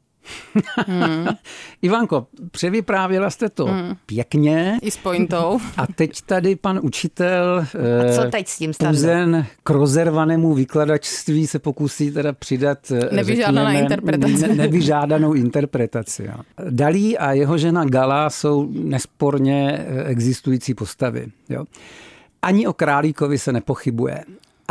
Hmm. Ivanko, převyprávěla jste to hmm. pěkně. I s pointou. A teď tady pan učitel a co teď s tím Puzen k rozervanému vykladačství se pokusí teda přidat nevyžádanou interpretaci. Ne, nevyžádanou interpretaci. Jo. Dalí a jeho žena Gala jsou nesporně existující postavy. Jo. Ani o králíkovi se nepochybuje.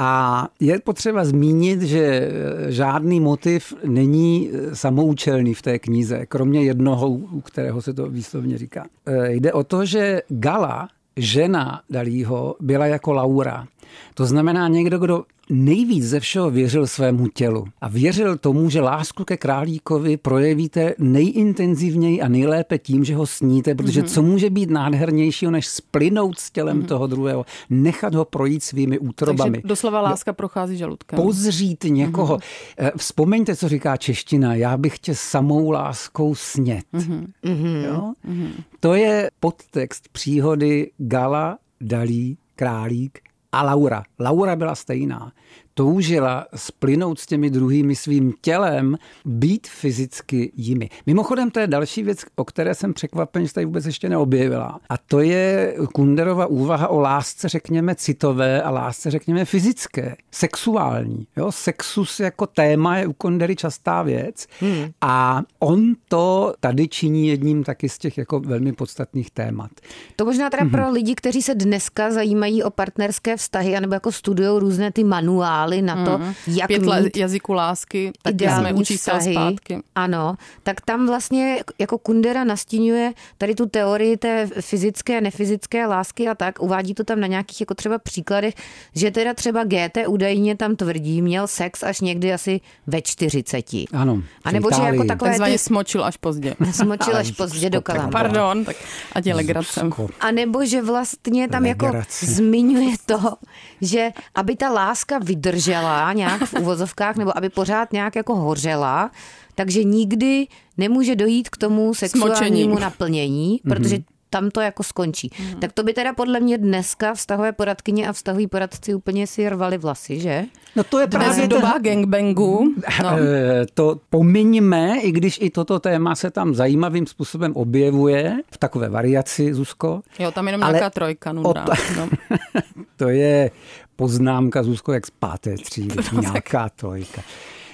A je potřeba zmínit, že žádný motiv není samoučelný v té knize, kromě jednoho, u kterého se to výslovně říká. Jde o to, že Gala, žena Dalího, byla jako Laura. To znamená někdo, kdo nejvíc ze všeho věřil svému tělu a věřil tomu, že lásku ke králíkovi projevíte nejintenzivněji a nejlépe tím, že ho sníte, protože co může být nádhernějšího, než splynout s tělem mm-hmm. toho druhého, nechat ho projít svými útrobami. Takže doslova láska prochází žaludkem. Pozřít někoho. Mm-hmm. Vzpomeňte, co říká čeština, já bych tě samou láskou snět. Mm-hmm. Jo? Mm-hmm. To je podtext příhody Gala, Dalí, králík a Laura. Laura byla stejná. Toužila splynout s těmi druhými svým tělem, být fyzicky jimi. Mimochodem, to je další věc, o které jsem překvapen, že tady vůbec ještě neobjevila. A to je Kunderova úvaha o lásce, řekněme, citové a lásce, řekněme, fyzické, sexuální. Jo? Sexus jako téma je u Kundery častá věc. Hmm. A on to tady činí jedním taky z těch jako velmi podstatných témat. To možná teda hmm. pro lidi, kteří se dneska zajímají o partnerské vztahy, anebo jako studujou různé ty manuály na to, mm. jak Pět mít jazyku lásky, tak jsme učí se zpátky. Ano, tak tam vlastně jako Kundera nastínuje tady tu teorii té fyzické a nefyzické lásky a tak, uvádí to tam na nějakých jako třeba příkladech, že teda třeba G T údajně tam tvrdí, měl sex až někdy asi ve čtyřiceti. Ano. A nebo že jako takové takzvaně ty... smočil až pozdě. Smočil až pozdě do kalamba. Pardon, tak ať je legracem. A nebo že vlastně tam jako zmiňuje to, že aby ta láska vydržela nějak v uvozovkách, nebo aby pořád nějak jako hořela, takže nikdy nemůže dojít k tomu sexuálnímu naplnění, mm-hmm. protože tam to jako skončí. Mm-hmm. Tak to by teda podle mě dneska vztahové poradkyně a vztahoví poradci úplně si rvali vlasy, že? No to je právě doba gangbangu. No. To pomiňme, i když i toto téma se tam zajímavým způsobem objevuje, v takové variaci, Zuzko. Jo, tam jenom nějaká trojka, nudná. To, no. To je poznámka, Zuzko, jak z páté třídy, nějaká trojka.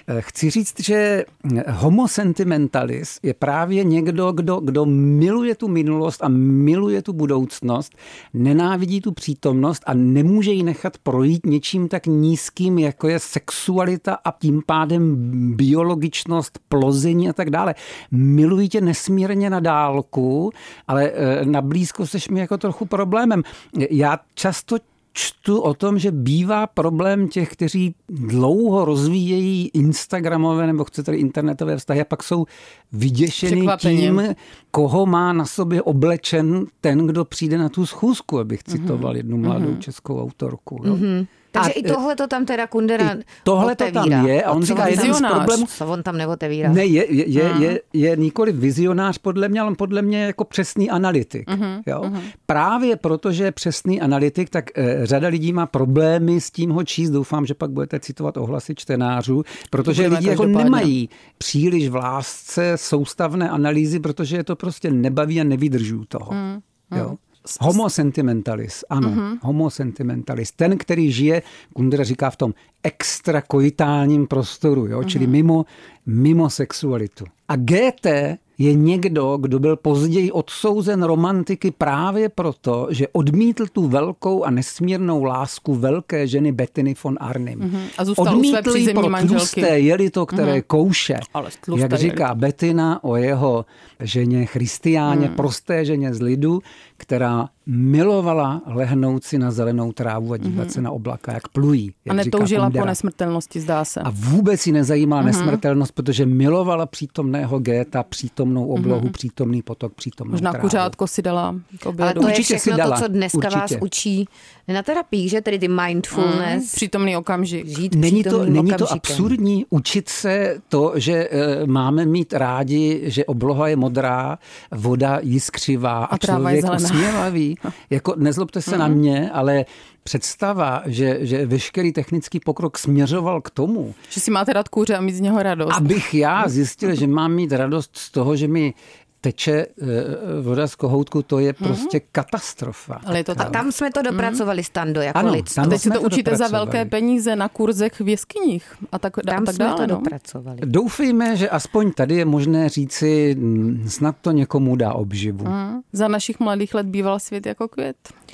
Chci říct, že homo sentimentalis je právě někdo, kdo, kdo miluje tu minulost a miluje tu budoucnost, nenávidí tu přítomnost a nemůže ji nechat projít něčím tak nízkým, jako je sexualita a tím pádem biologičnost, plození a tak dále. Miluji tě nesmírně na dálku, ale na blízko seš mi jako trochu problémem. Já často čtu o tom, že bývá problém těch, kteří dlouho rozvíjejí instagramové nebo chcete internetové vztahy a pak jsou vyděšený tím, koho má na sobě oblečen ten, kdo přijde na tu schůzku, abych citoval jednu mladou mm-hmm. českou autorku. Jo? Mm-hmm. Takže a, i tohle to tam teda Kundera tohle to tam je a on říká jeden z problémů. Co on tam neotevírá? Ne, je, je, je, je, je nikoli vizionář podle mě, ale podle mě jako přesný analytik. Uh-huh, jo? Uh-huh. Právě protože je přesný analytik, tak eh, řada lidí má problémy s tím ho číst. Doufám, že pak budete citovat ohlasy čtenářů, protože lidi jako nemají příliš v lásce soustavné analýzy, protože je to prostě nebaví a nevydržují toho. Uh-huh. Jo? Homo sentimentalis, ano, uh-huh. homo sentimentalis. Ten, který žije, Kundera říká v tom extrakoitálním prostoru, jo? Uh-huh. Čili mimo, mimo sexualitu. A G T je někdo, kdo byl později odsouzen romantiky právě proto, že odmítl tu velkou a nesmírnou lásku velké ženy Bettiny von Arnim. Uh-huh. A zůstal odmítl u své ji pro manželky. Tlusté jelito, které uh-huh. kouše. Jak říká jelito. Bettina o jeho ženě Christiáně, uh-huh. prosté ženě z lidu, která milovala lehnout si na zelenou trávu a dívat mm-hmm. se na oblaka, jak plují. Jak a netoužila Kundera. Po nesmrtelnosti, zdá se. A vůbec ji nezajímala mm-hmm. nesmrtelnost, protože milovala přítomného Géta, přítomnou oblohu, mm-hmm. přítomný potok, přítomnou Možná trávu. kuřátko si dala k obědu. Ale to je určitě všechno dala, to, co dneska určitě. Vás učí na terapii, že? Tedy ty mindfulness. Mm, přítomný okamžik. Žít není to, není okamžikem. to absurdní učit se to, že e, máme mít rádi, že obloha je modrá, voda jiskřivá a, a člověk usměvavý. Jako nezlobte se mm. na mě, ale představa, že, že veškerý technický pokrok směřoval k tomu, že si máte rád kůře a mít z něho radost. Abych já zjistil, že mám mít radost z toho, že mi teče voda z kohoutku, to je prostě mm-hmm. katastrofa. Ale je to tak. A tam jsme to dopracovali, Stando, jako ano, lidstvo. A teď se to, to učíte za velké peníze na kurzech v jeskyních a tak, tam a tak jsme dále. to no? dopracovali. Doufejme, že aspoň tady je možné říci, snad to někomu dá obživu. Mm. Za našich mladých let býval svět jako květ.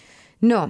No,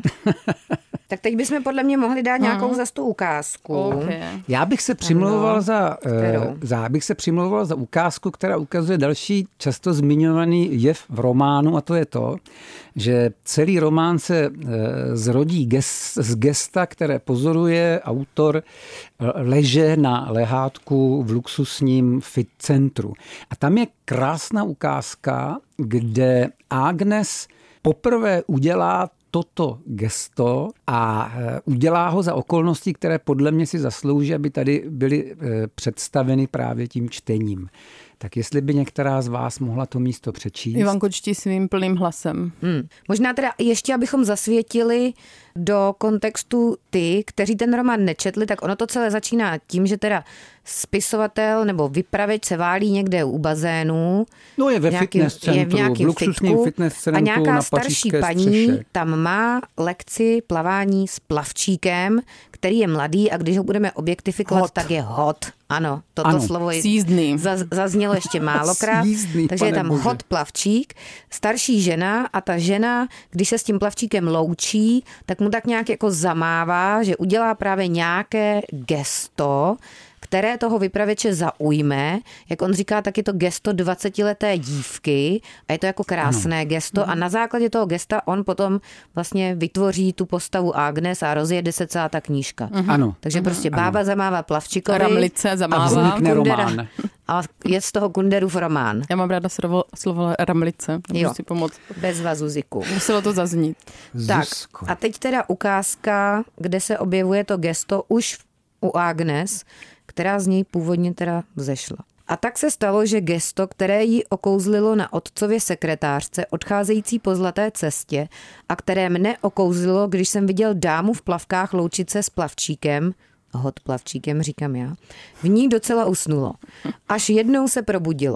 tak teď bychom podle mě mohli dát nějakou hmm. za tu ukázku. Okay. Já bych se přimlouval ano, za, uh, za, bych se přimlouval za ukázku, která ukazuje další často zmiňovaný jev v románu, a to je to, že celý román se uh, zrodí gest, z gesta, které pozoruje autor uh, leže na lehátku v luxusním fit centru. A tam je krásná ukázka, kde Agnes poprvé udělá toto gesto a udělá ho za okolnosti, které podle mě si zaslouží, aby tady byly představeny právě tím čtením. Tak jestli by některá z vás mohla to místo přečíst. Ivanko, čti svým plným hlasem. Hmm. Možná teda ještě, abychom zasvětili do kontextu ty, kteří ten román nečetli, tak ono to celé začíná tím, že teda spisovatel nebo vypravěč se válí někde u bazénu. No je ve nějaký, fitness centru, je v nějakém luxusním fitness centru a nějaká na starší paní střeše. tam má lekci plavání s plavčíkem, který je mladý a když ho budeme objektifikovat, hot. tak je hot. Ano, toto ano. slovo je zaz, zaznělo ještě málokrát. Sízdný, takže je tam bože. hot plavčík, starší žena a ta žena, když se s tím plavčíkem loučí, tak mu tak nějak jako zamává, že udělá právě nějaké gesto, které toho vypravěče zaujme. Jak on říká, tak je to gesto dvacetileté dívky a je to jako krásné ano. gesto a na základě toho gesta on potom vlastně vytvoří tu postavu Agnes a rozjede se celá ta knížka. Ano. Takže ano. prostě bába ano. zamává plavčíkovi. Ramlice zamává. A vznikne román. A je z toho Kunderův román. Já mám ráda slovo, slovo ramlice. Můžu si pomoct. Bez vazuziku. Muselo to zaznít. Tak a teď teda ukázka, kde se objevuje to gesto už u Agnes, která z něj původně teda vzešla. A tak se stalo, že gesto, které ji okouzlilo na otcově sekretářce, odcházející po zlaté cestě a které mne okouzlilo, když jsem viděl dámu v plavkách loučit se s plavčíkem, hot plavčíkem, říkám já, v ní docela usnulo. Až jednou se probudilo.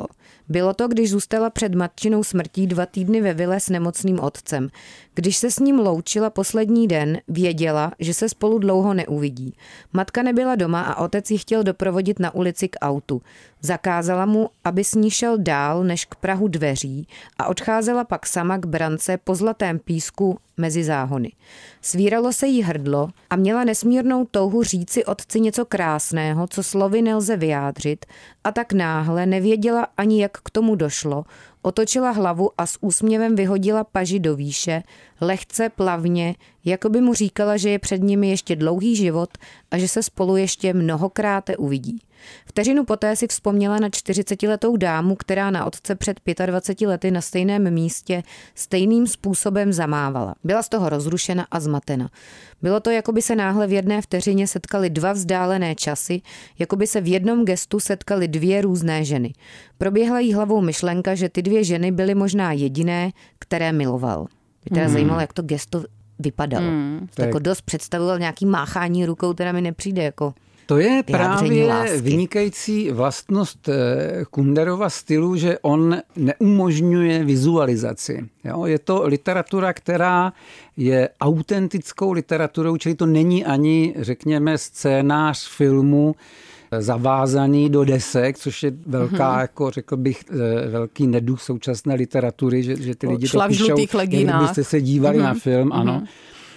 Bylo to, když zůstala před matčinou smrtí dva týdny ve vile s nemocným otcem. Když se s ním loučila poslední den, věděla, že se spolu dlouho neuvidí. Matka nebyla doma a otec ji chtěl doprovodit na ulici k autu. Zakázala mu, aby s ní šel dál než k prahu dveří a odcházela pak sama k brance po zlatém písku mezi záhony. Svíralo se jí hrdlo a měla nesmírnou touhu říci otci něco krásného, co slovy nelze vyjádřit, a tak náhle nevěděla ani, jak k tomu došlo, otočila hlavu a s úsměvem vyhodila paži do výše, lehce, plavně, jako by mu říkala, že je před nimi ještě dlouhý život a že se spolu ještě mnohokrát uvidí. Vteřinu poté si vzpomněla na čtyřicetiletou dámu, která na otce před dvaceti pěti lety na stejném místě stejným způsobem zamávala. Byla z toho rozrušena a zmatena. Bylo to, jako by se náhle v jedné vteřině setkaly dva vzdálené časy, jako by se v jednom gestu setkaly dvě různé ženy. Proběhla jí hlavou myšlenka, že ty dvě ženy byly možná jediné, které miloval. Mě teda hmm. zajímalo, jak to gesto vypadalo. Hmm. To jako dost představoval nějaký máchání rukou, teda mi nepřijde jako... To je právě lásky. Vynikající vlastnost Kunderova stylu, že on neumožňuje vizualizaci. Jo? Je to literatura, která je autentickou literaturou, čili to není ani, řekněme, scénář filmu zavázaný do desek, což je velká, mm-hmm. jako řekl bych, velký neduch současné literatury, že, že ty lidi to píšou, kdybyste se dívali mm-hmm. na film, ano. Mm-hmm.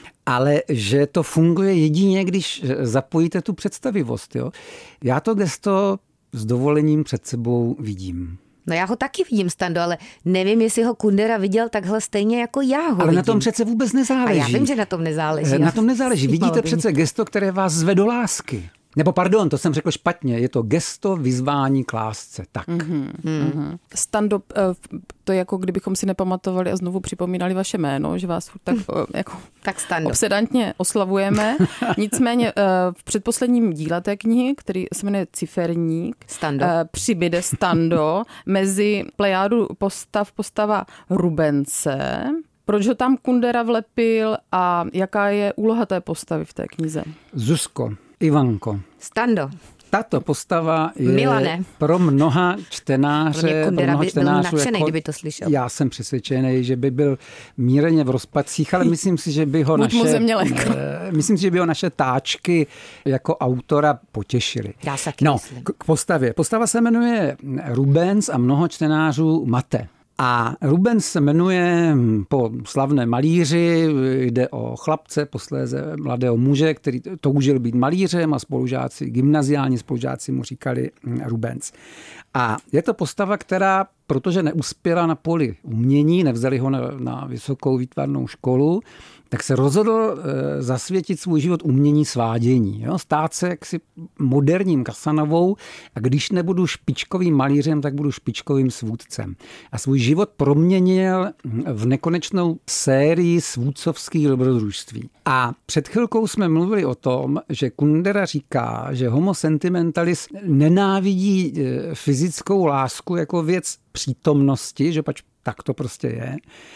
Ale že to funguje jedině, když zapojíte tu představivost. Jo? Já to gesto s dovolením před sebou vidím. No já ho taky vidím, Stando, ale nevím, jestli ho Kundera viděl takhle stejně jako já ho Ale vidím. na tom přece vůbec nezáleží. A já vím, že na tom nezáleží. Na tom nezáleží. Vidíte přece gesto, které vás zve do lásky. Nebo pardon, to jsem řekl špatně, je to gesto vyzvání k lásce. Tak. Mm-hmm. Mm-hmm. Stando, to je jako kdybychom si nepamatovali a znovu připomínali vaše jméno, že vás tak, jako tak Stando. Obsedantně oslavujeme. Nicméně v předposledním díle té knihy, který se jmenuje Ciferník, Stando. přibyde Stando mezi plejádu postav postava Rubence. Proč ho tam Kundera vlepil a jaká je úloha té postavy v té knize? Zuzko, Ivanko. Stando. Tato postava je Milane. pro mnoha čtenáře, pro mnoha by čtenářů, byl nadšený, jako, kdyby to slyšel. Já jsem přesvědčený, že by byl mírně v rozpacích, ale myslím si, že by ho naše, myslím si, že by ho naše táčky jako autora potěšily. Já se taky no, myslím. K postavě. Postava se jmenuje Rubens a mnoho čtenářů Mate. A Rubens se jmenuje po slavné malíři, jde o chlapce, posléze mladého muže, který toužil být malířem a spolužáci, gymnaziální spolužáci mu říkali Rubens. A je to postava, která, protože neuspěla na poli umění, nevzali ho na, na vysokou výtvarnou školu, tak se rozhodl e, zasvětit svůj život umění svádění. Jo? Stát se jaksi moderním Casanovou a když nebudu špičkovým malířem, tak budu špičkovým svůdcem. A svůj život proměnil v nekonečnou sérii svůdcovských dobrodružství. A před chvilkou jsme mluvili o tom, že Kundera říká, že homo sentimentalis nenávidí fyzickou lásku jako věc přítomnosti, že pač tak to prostě je.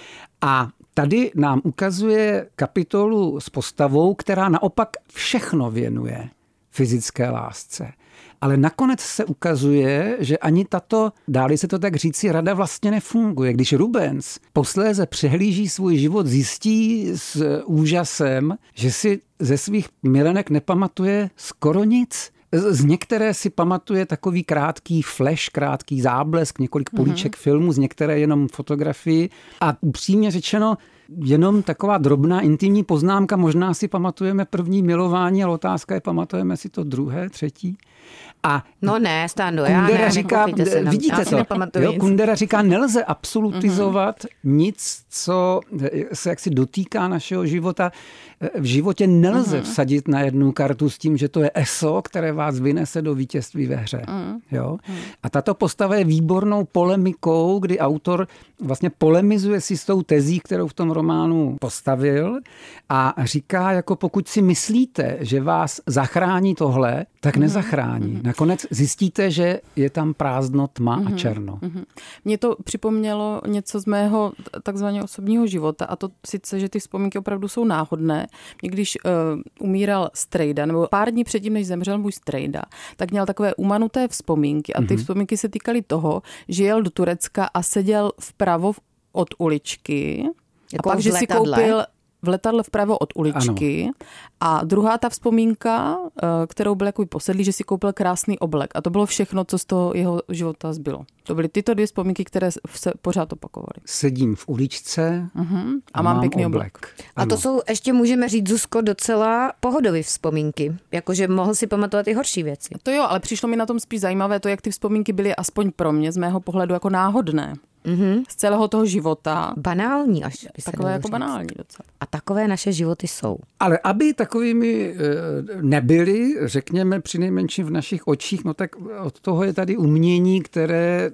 A tady nám ukazuje kapitolu s postavou, která naopak všechno věnuje fyzické lásce. Ale nakonec se ukazuje, že ani tato, dáli se to tak říci, rada vlastně nefunguje. Když Rubens posléze přehlíží svůj život, zjistí s úžasem, že si ze svých milenek nepamatuje skoro nic. Z některé si pamatuje takový krátký flash, krátký záblesk, několik políček mm-hmm. filmu, z některé jenom fotografii. A upřímně řečeno, jenom taková drobná intimní poznámka, možná si pamatujeme první milování, ale otázka je, pamatujeme si to druhé, třetí. A no ne, Stando, já Kundera ne, říká, vidíte to, jo, Kundera říká, nelze absolutizovat mm-hmm. nic, co se jaksi dotýká našeho života. V životě nelze mm-hmm. vsadit na jednu kartu s tím, že to je eso, které vás vynese do vítězství ve hře. Mm-hmm. Jo? A tato postava je výbornou polemikou, kdy autor vlastně polemizuje si s tou tezí, kterou v tom románu postavil a říká, jako pokud si myslíte, že vás zachrání tohle, tak mm-hmm. nezachrání. poznání. Mm-hmm. Nakonec zjistíte, že je tam prázdno, tma mm-hmm. a černo. Mm-hmm. Mně to připomnělo něco z mého takzvaného osobního života, a to sice, že ty vzpomínky opravdu jsou náhodné. Mě když uh, umíral strejda, nebo pár dní předtím, než zemřel můj strejda, tak měl takové umanuté vzpomínky a ty mm-hmm. vzpomínky se týkaly toho, že jel do Turecka a seděl vpravo od uličky. Jako a pak, že si koupil v letadle vpravo od uličky. Ano. A druhá ta vzpomínka, kterou byl jako posedlý, že si koupil krásný oblek. A to bylo všechno, co z toho jeho života zbylo. To byly tyto dvě vzpomínky, které se pořád opakovaly. Sedím v uličce uh-huh. a, a mám, mám pěkný oblek. oblek. A to jsou, ještě můžeme říct, Zuzko, docela pohodové vzpomínky. Jakože mohl si pamatovat i horší věci. To jo, ale přišlo mi na tom spíš zajímavé to, jak ty vzpomínky byly aspoň pro mě z mého pohledu jako náhodné. Mm-hmm. Z celého toho života. Banální až. Takové jako banální docela. A takové naše životy jsou. Ale aby takovými nebyly, řekněme přinejmenším v našich očích, no tak od toho je tady umění, které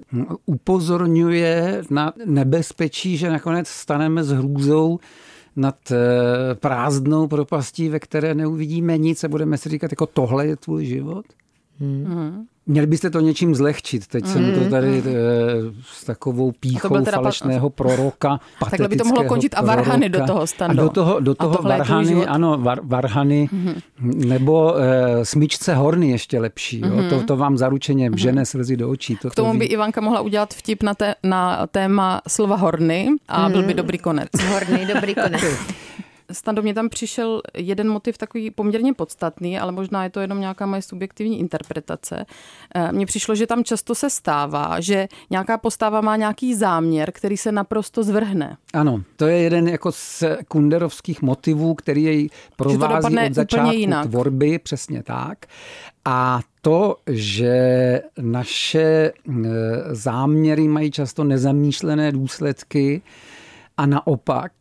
upozorňuje na nebezpečí, že nakonec staneme s hrůzou nad prázdnou propastí, ve které neuvidíme nic a budeme si říkat, jako tohle je tvůj život. Hmm. Měli byste to něčím zlehčit. Teď mm. jsem to tady e, s takovou píchou falešného pa... proroka, takhle by to mohlo končit a varhany do toho Stando. A do toho, do toho varhany, ano, var, varhany, mm. nebo e, smyčce horny ještě lepší. Jo? Mm. To, to vám zaručeně vžene slzy do očí. To, K tomu to by Ivanka mohla udělat vtip na, té, na téma slova horny a mm. byl by dobrý konec. Horny, dobrý konec. Stando, mě tam přišel jeden motiv takový poměrně podstatný, ale možná je to jenom nějaká moje subjektivní interpretace. Mně přišlo, že tam často se stává, že nějaká postava má nějaký záměr, který se naprosto zvrhne. Ano, to je jeden jako z kunderovských motivů, který jej provází od začátku tvorby, přesně tak. A to, že naše záměry mají často nezamýšlené důsledky a naopak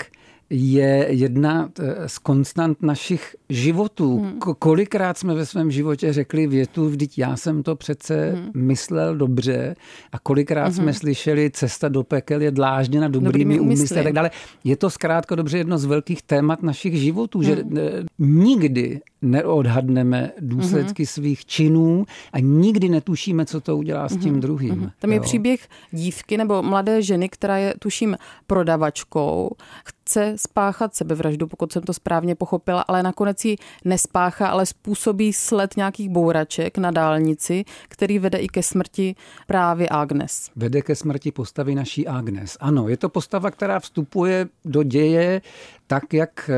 je jedna z konstant našich životů. Hmm. Kolikrát jsme ve svém životě řekli větu, vždyť já jsem to přece hmm. myslel dobře, a kolikrát hmm. jsme slyšeli, cesta do pekel je dlážděna dobrými úmysly a tak dále. Je to zkrátka dobře jedno z velkých témat našich životů, hmm. že nikdy neodhadneme důsledky hmm. svých činů a nikdy netušíme, co to udělá s tím druhým. Hmm. Tam je jo. příběh dívky nebo mladé ženy, která je, tuším, prodavačkou, chce spáchat sebevraždu, pokud jsem to správně pochopila, ale nakonec ji nespáchá, ale způsobí sled nějakých bouraček na dálnici, který vede i ke smrti právě Agnes. Vede ke smrti postavy naší Agnes. Ano, je to postava, která vstupuje do děje tak, jak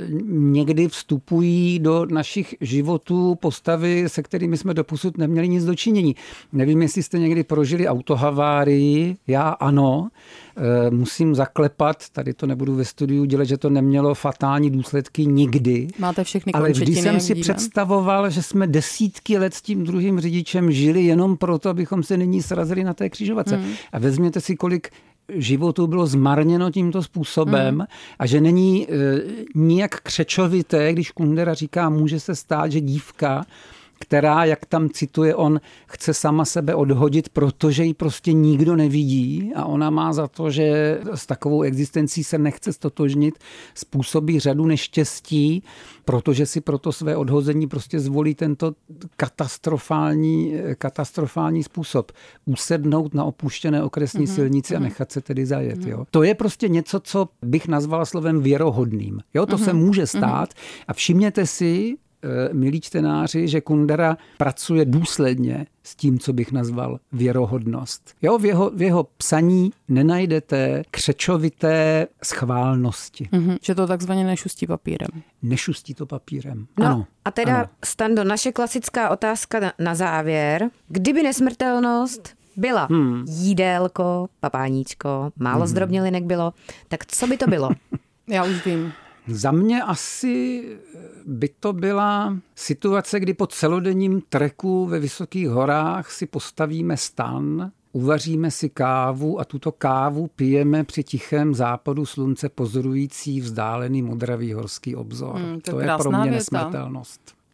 někdy vstupují do našich životů postavy, se kterými jsme doposud neměli nic dočinění. Nevím, jestli jste někdy prožili autohavárii, já ano. Musím zaklepat, tady to nebudu ve studiu dělat, že to nemělo fatální důsledky nikdy. Máte všechny ale končetiny, vždy jsem si vidíme. představoval, že jsme desítky let s tím druhým řidičem žili jenom proto, abychom se nyní srazili na té křižovatce. Hmm. A vezměte si, kolik životů bylo zmarněno tímto způsobem hmm. a že není e, nijak křečovité, když Kundera říká, může se stát, že dívka, která, jak tam cituje on, chce sama sebe odhodit, protože ji prostě nikdo nevidí a ona má za to, že s takovou existencí se nechce stotožnit, způsobí řadu neštěstí, protože si proto své odhození prostě zvolí tento katastrofální, katastrofální způsob. Usednout na opuštěné okresní mm-hmm. silnici a nechat se tedy zajet. Mm-hmm. Jo. To je prostě něco, co bych nazvala slovem věrohodným. Jo, to mm-hmm. se může stát a všimněte si, milí čtenáři, že Kundera pracuje důsledně s tím, co bych nazval věrohodnost. Jo, v jeho, v jeho psaní nenajdete křečovité schválnosti. Mm-hmm, že to takzvaně nešustí papírem. Nešustí to papírem, no, ano. A teda, ano. Stando, naše klasická otázka na, na závěr. Kdyby nesmrtelnost byla hmm. jídélko, papáníčko, málo hmm. zdrobnělinek bylo, tak co by to bylo? Já už vím. Za mě asi by to byla situace, kdy po celodenním treku ve vysokých horách si postavíme stan, uvaříme si kávu a tuto kávu pijeme při tichém západu slunce pozorující vzdálený modravý horský obzor. Hmm, to, to je pro mě věta. Nesmrtelnost.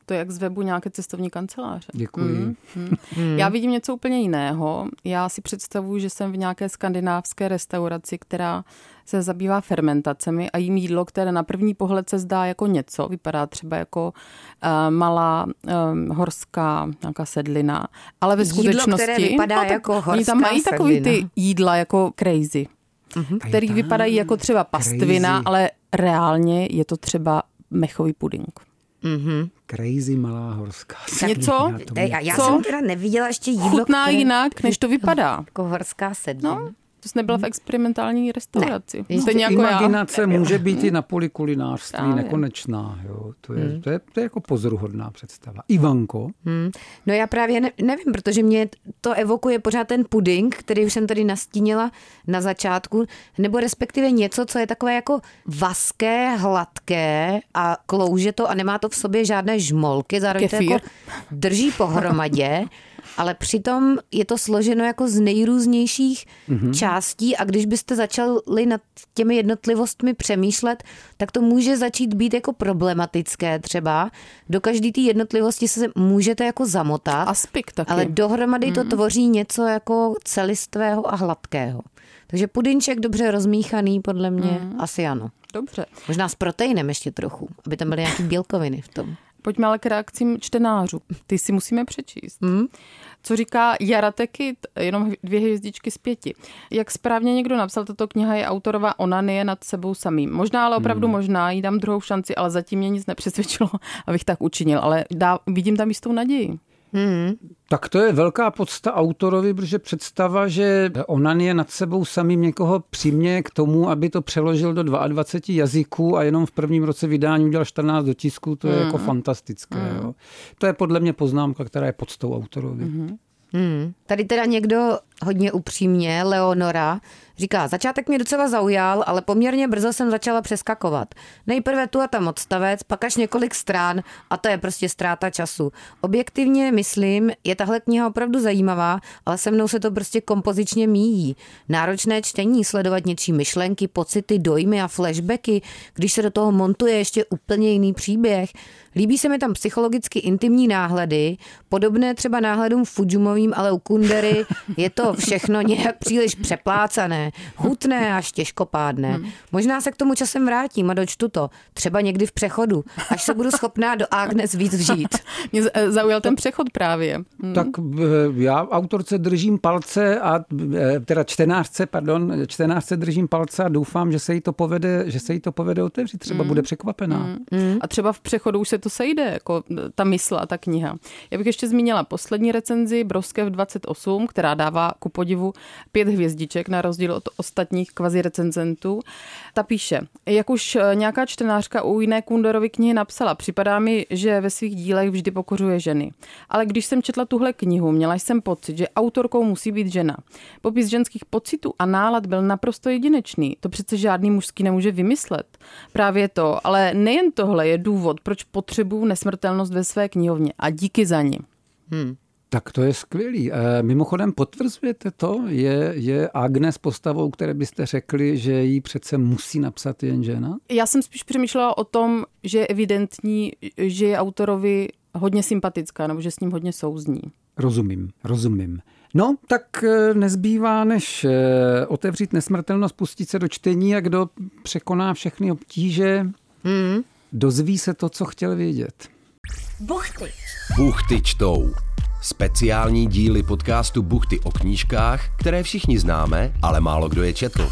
To je jak z webu nějaké cestovní kanceláře. Děkuji. Mm, mm. Mm. Já vidím něco úplně jiného. Já si představuji, že jsem v nějaké skandinávské restauraci, která se zabývá fermentacemi a jím jídlo, které na první pohled se zdá jako něco. Vypadá třeba jako uh, malá um, horská nějaká sedlina. Ale ve skutečnosti... Jídlo, které vypadá no, jako horská oni tam mají sedlina. takový ty jídla jako crazy, mm-hmm. který tam, vypadají jako třeba pastvina, crazy. Ale reálně je to třeba mechový puding. Mm-hmm. Crazy malá horská. Něco? Já, já Co? jsem teda neviděla ještě jídlo, Chutná které... jinak, než to vypadá. Jako horská sedlina. No, to jsi nebyla v experimentální restauraci. Ne. Stejně jako Imaginace já. může být i na polikulinářství Právě. nekonečná. Jo. To, je, hmm. to, je, to je jako pozoruhodná představa. Ivanko? Hmm. No já právě ne, nevím, protože mě to evokuje pořád ten puding, který už jsem tady nastínila na začátku, nebo respektive něco, co je takové jako vaské, hladké a klouže to a nemá to v sobě žádné žmolky, zároveň to jako drží pohromadě. Ale přitom je to složeno jako z nejrůznějších mm-hmm. částí a když byste začali nad těmi jednotlivostmi přemýšlet, tak to může začít být jako problematické třeba. Do každé té jednotlivosti se můžete jako zamotat, Aspik taky. Ale dohromady mm-hmm. to tvoří něco jako celistvého a hladkého. Takže pudinček dobře rozmíchaný, podle mě mm. asi ano. Dobře. Možná s proteinem ještě trochu, aby tam byly nějaké bílkoviny v tom. Pojďme ale k reakcím čtenářů. Ty si musíme přečíst. Mm. Co říká Jara Tekit, jenom dvě hvězdičky z pěti. Jak správně někdo napsal, tato kniha je autorová onanie nad sebou samým. Možná, ale opravdu mm. možná, jí dám druhou šanci, ale zatím mě nic nepřesvědčilo, abych tak učinil. Ale dá, vidím tam jistou naději. Mm. Tak to je velká podsta autorovi, protože představa, že onanie nad sebou samým někoho přiměje k tomu, aby to přeložil do dvacet dva jazyků a jenom v prvním roce vydání udělal čtrnáct do tisku, to je mm. jako fantastické. Mm. Jo. To je podle mě poznámka, která je podstou autorovi. Mm. Hmm. Tady teda někdo hodně upřímně, Leonora, říká, začátek mě docela zaujal, ale poměrně brzo jsem začala přeskakovat. Nejprve tu a tam odstavec, pak až několik strán a to je prostě ztráta času. Objektivně myslím, je tahle kniha opravdu zajímavá, ale se mnou se to prostě kompozičně míjí. Náročné čtení, sledovat něčí myšlenky, pocity, dojmy a flashbacky, když se do toho montuje ještě úplně jiný příběh. Líbí se mi tam psychologicky intimní náhledy, podobné třeba náhledům Fujumovým, ale u Kundery je to všechno nějak příliš přeplácané, hutné až těžkopádné. Hmm. Možná se k tomu časem vrátím a dočtu to, třeba někdy v přechodu, až se budu schopná do Agnes víc vžít. Mě zaujal ten přechod právě. Hmm. Tak já autorce držím palce a teda čtenářce, pardon, čtenářce držím palce a doufám, že se jí to povede, že se jí to povede otevřít, třeba hmm. bude překvapená. Hmm. A třeba v přechodu už se to sejde, jako ta mysl a ta kniha. Já bych ještě zmínila poslední recenzi Broskev dvacet osm, která dává ku podivu pět hvězdiček na rozdíl od ostatních kvazirecenzentů. Ta píše, jak už nějaká čtenářka u jiné Kunderovy knihy napsala, připadá mi, že ve svých dílech vždy pokořuje ženy. Ale když jsem četla tuhle knihu, měla jsem pocit, že autorkou musí být žena. Popis ženských pocitů a nálad byl naprosto jedinečný. To přece žádný mužský nemůže vymyslet. Právě to, ale nejen tohle je důvod, proč potřebuju nesmrtelnost ve své knihovně a díky za ní. Hmm. Tak to je skvělý. Mimochodem potvrzujete to? Je, je Agnes postavou, které byste řekli, že jí přece musí napsat jen žena? Já jsem spíš přemýšlela o tom, že je evidentní, že je autorovi hodně sympatická, nebo že s ním hodně souzní. Rozumím, rozumím. No, tak nezbývá, než otevřít nesmrtelnost, pustit se do čtení a kdo překoná všechny obtíže, mm. dozví se to, co chtěl vědět. Buchty. Buchty čtou. Speciální díly podcastu Buchty o knížkách, které všichni známe, ale málo kdo je četl.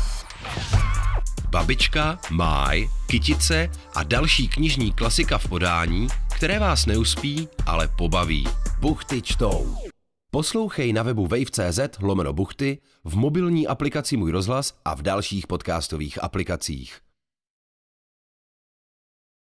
Babička, Máj, Kytice a další knižní klasika v podání, které vás neuspí, ale pobaví. Buchty čtou. Poslouchej na webu wave.cz lomeno buchty, v mobilní aplikaci Můj rozhlas a v dalších podcastových aplikacích.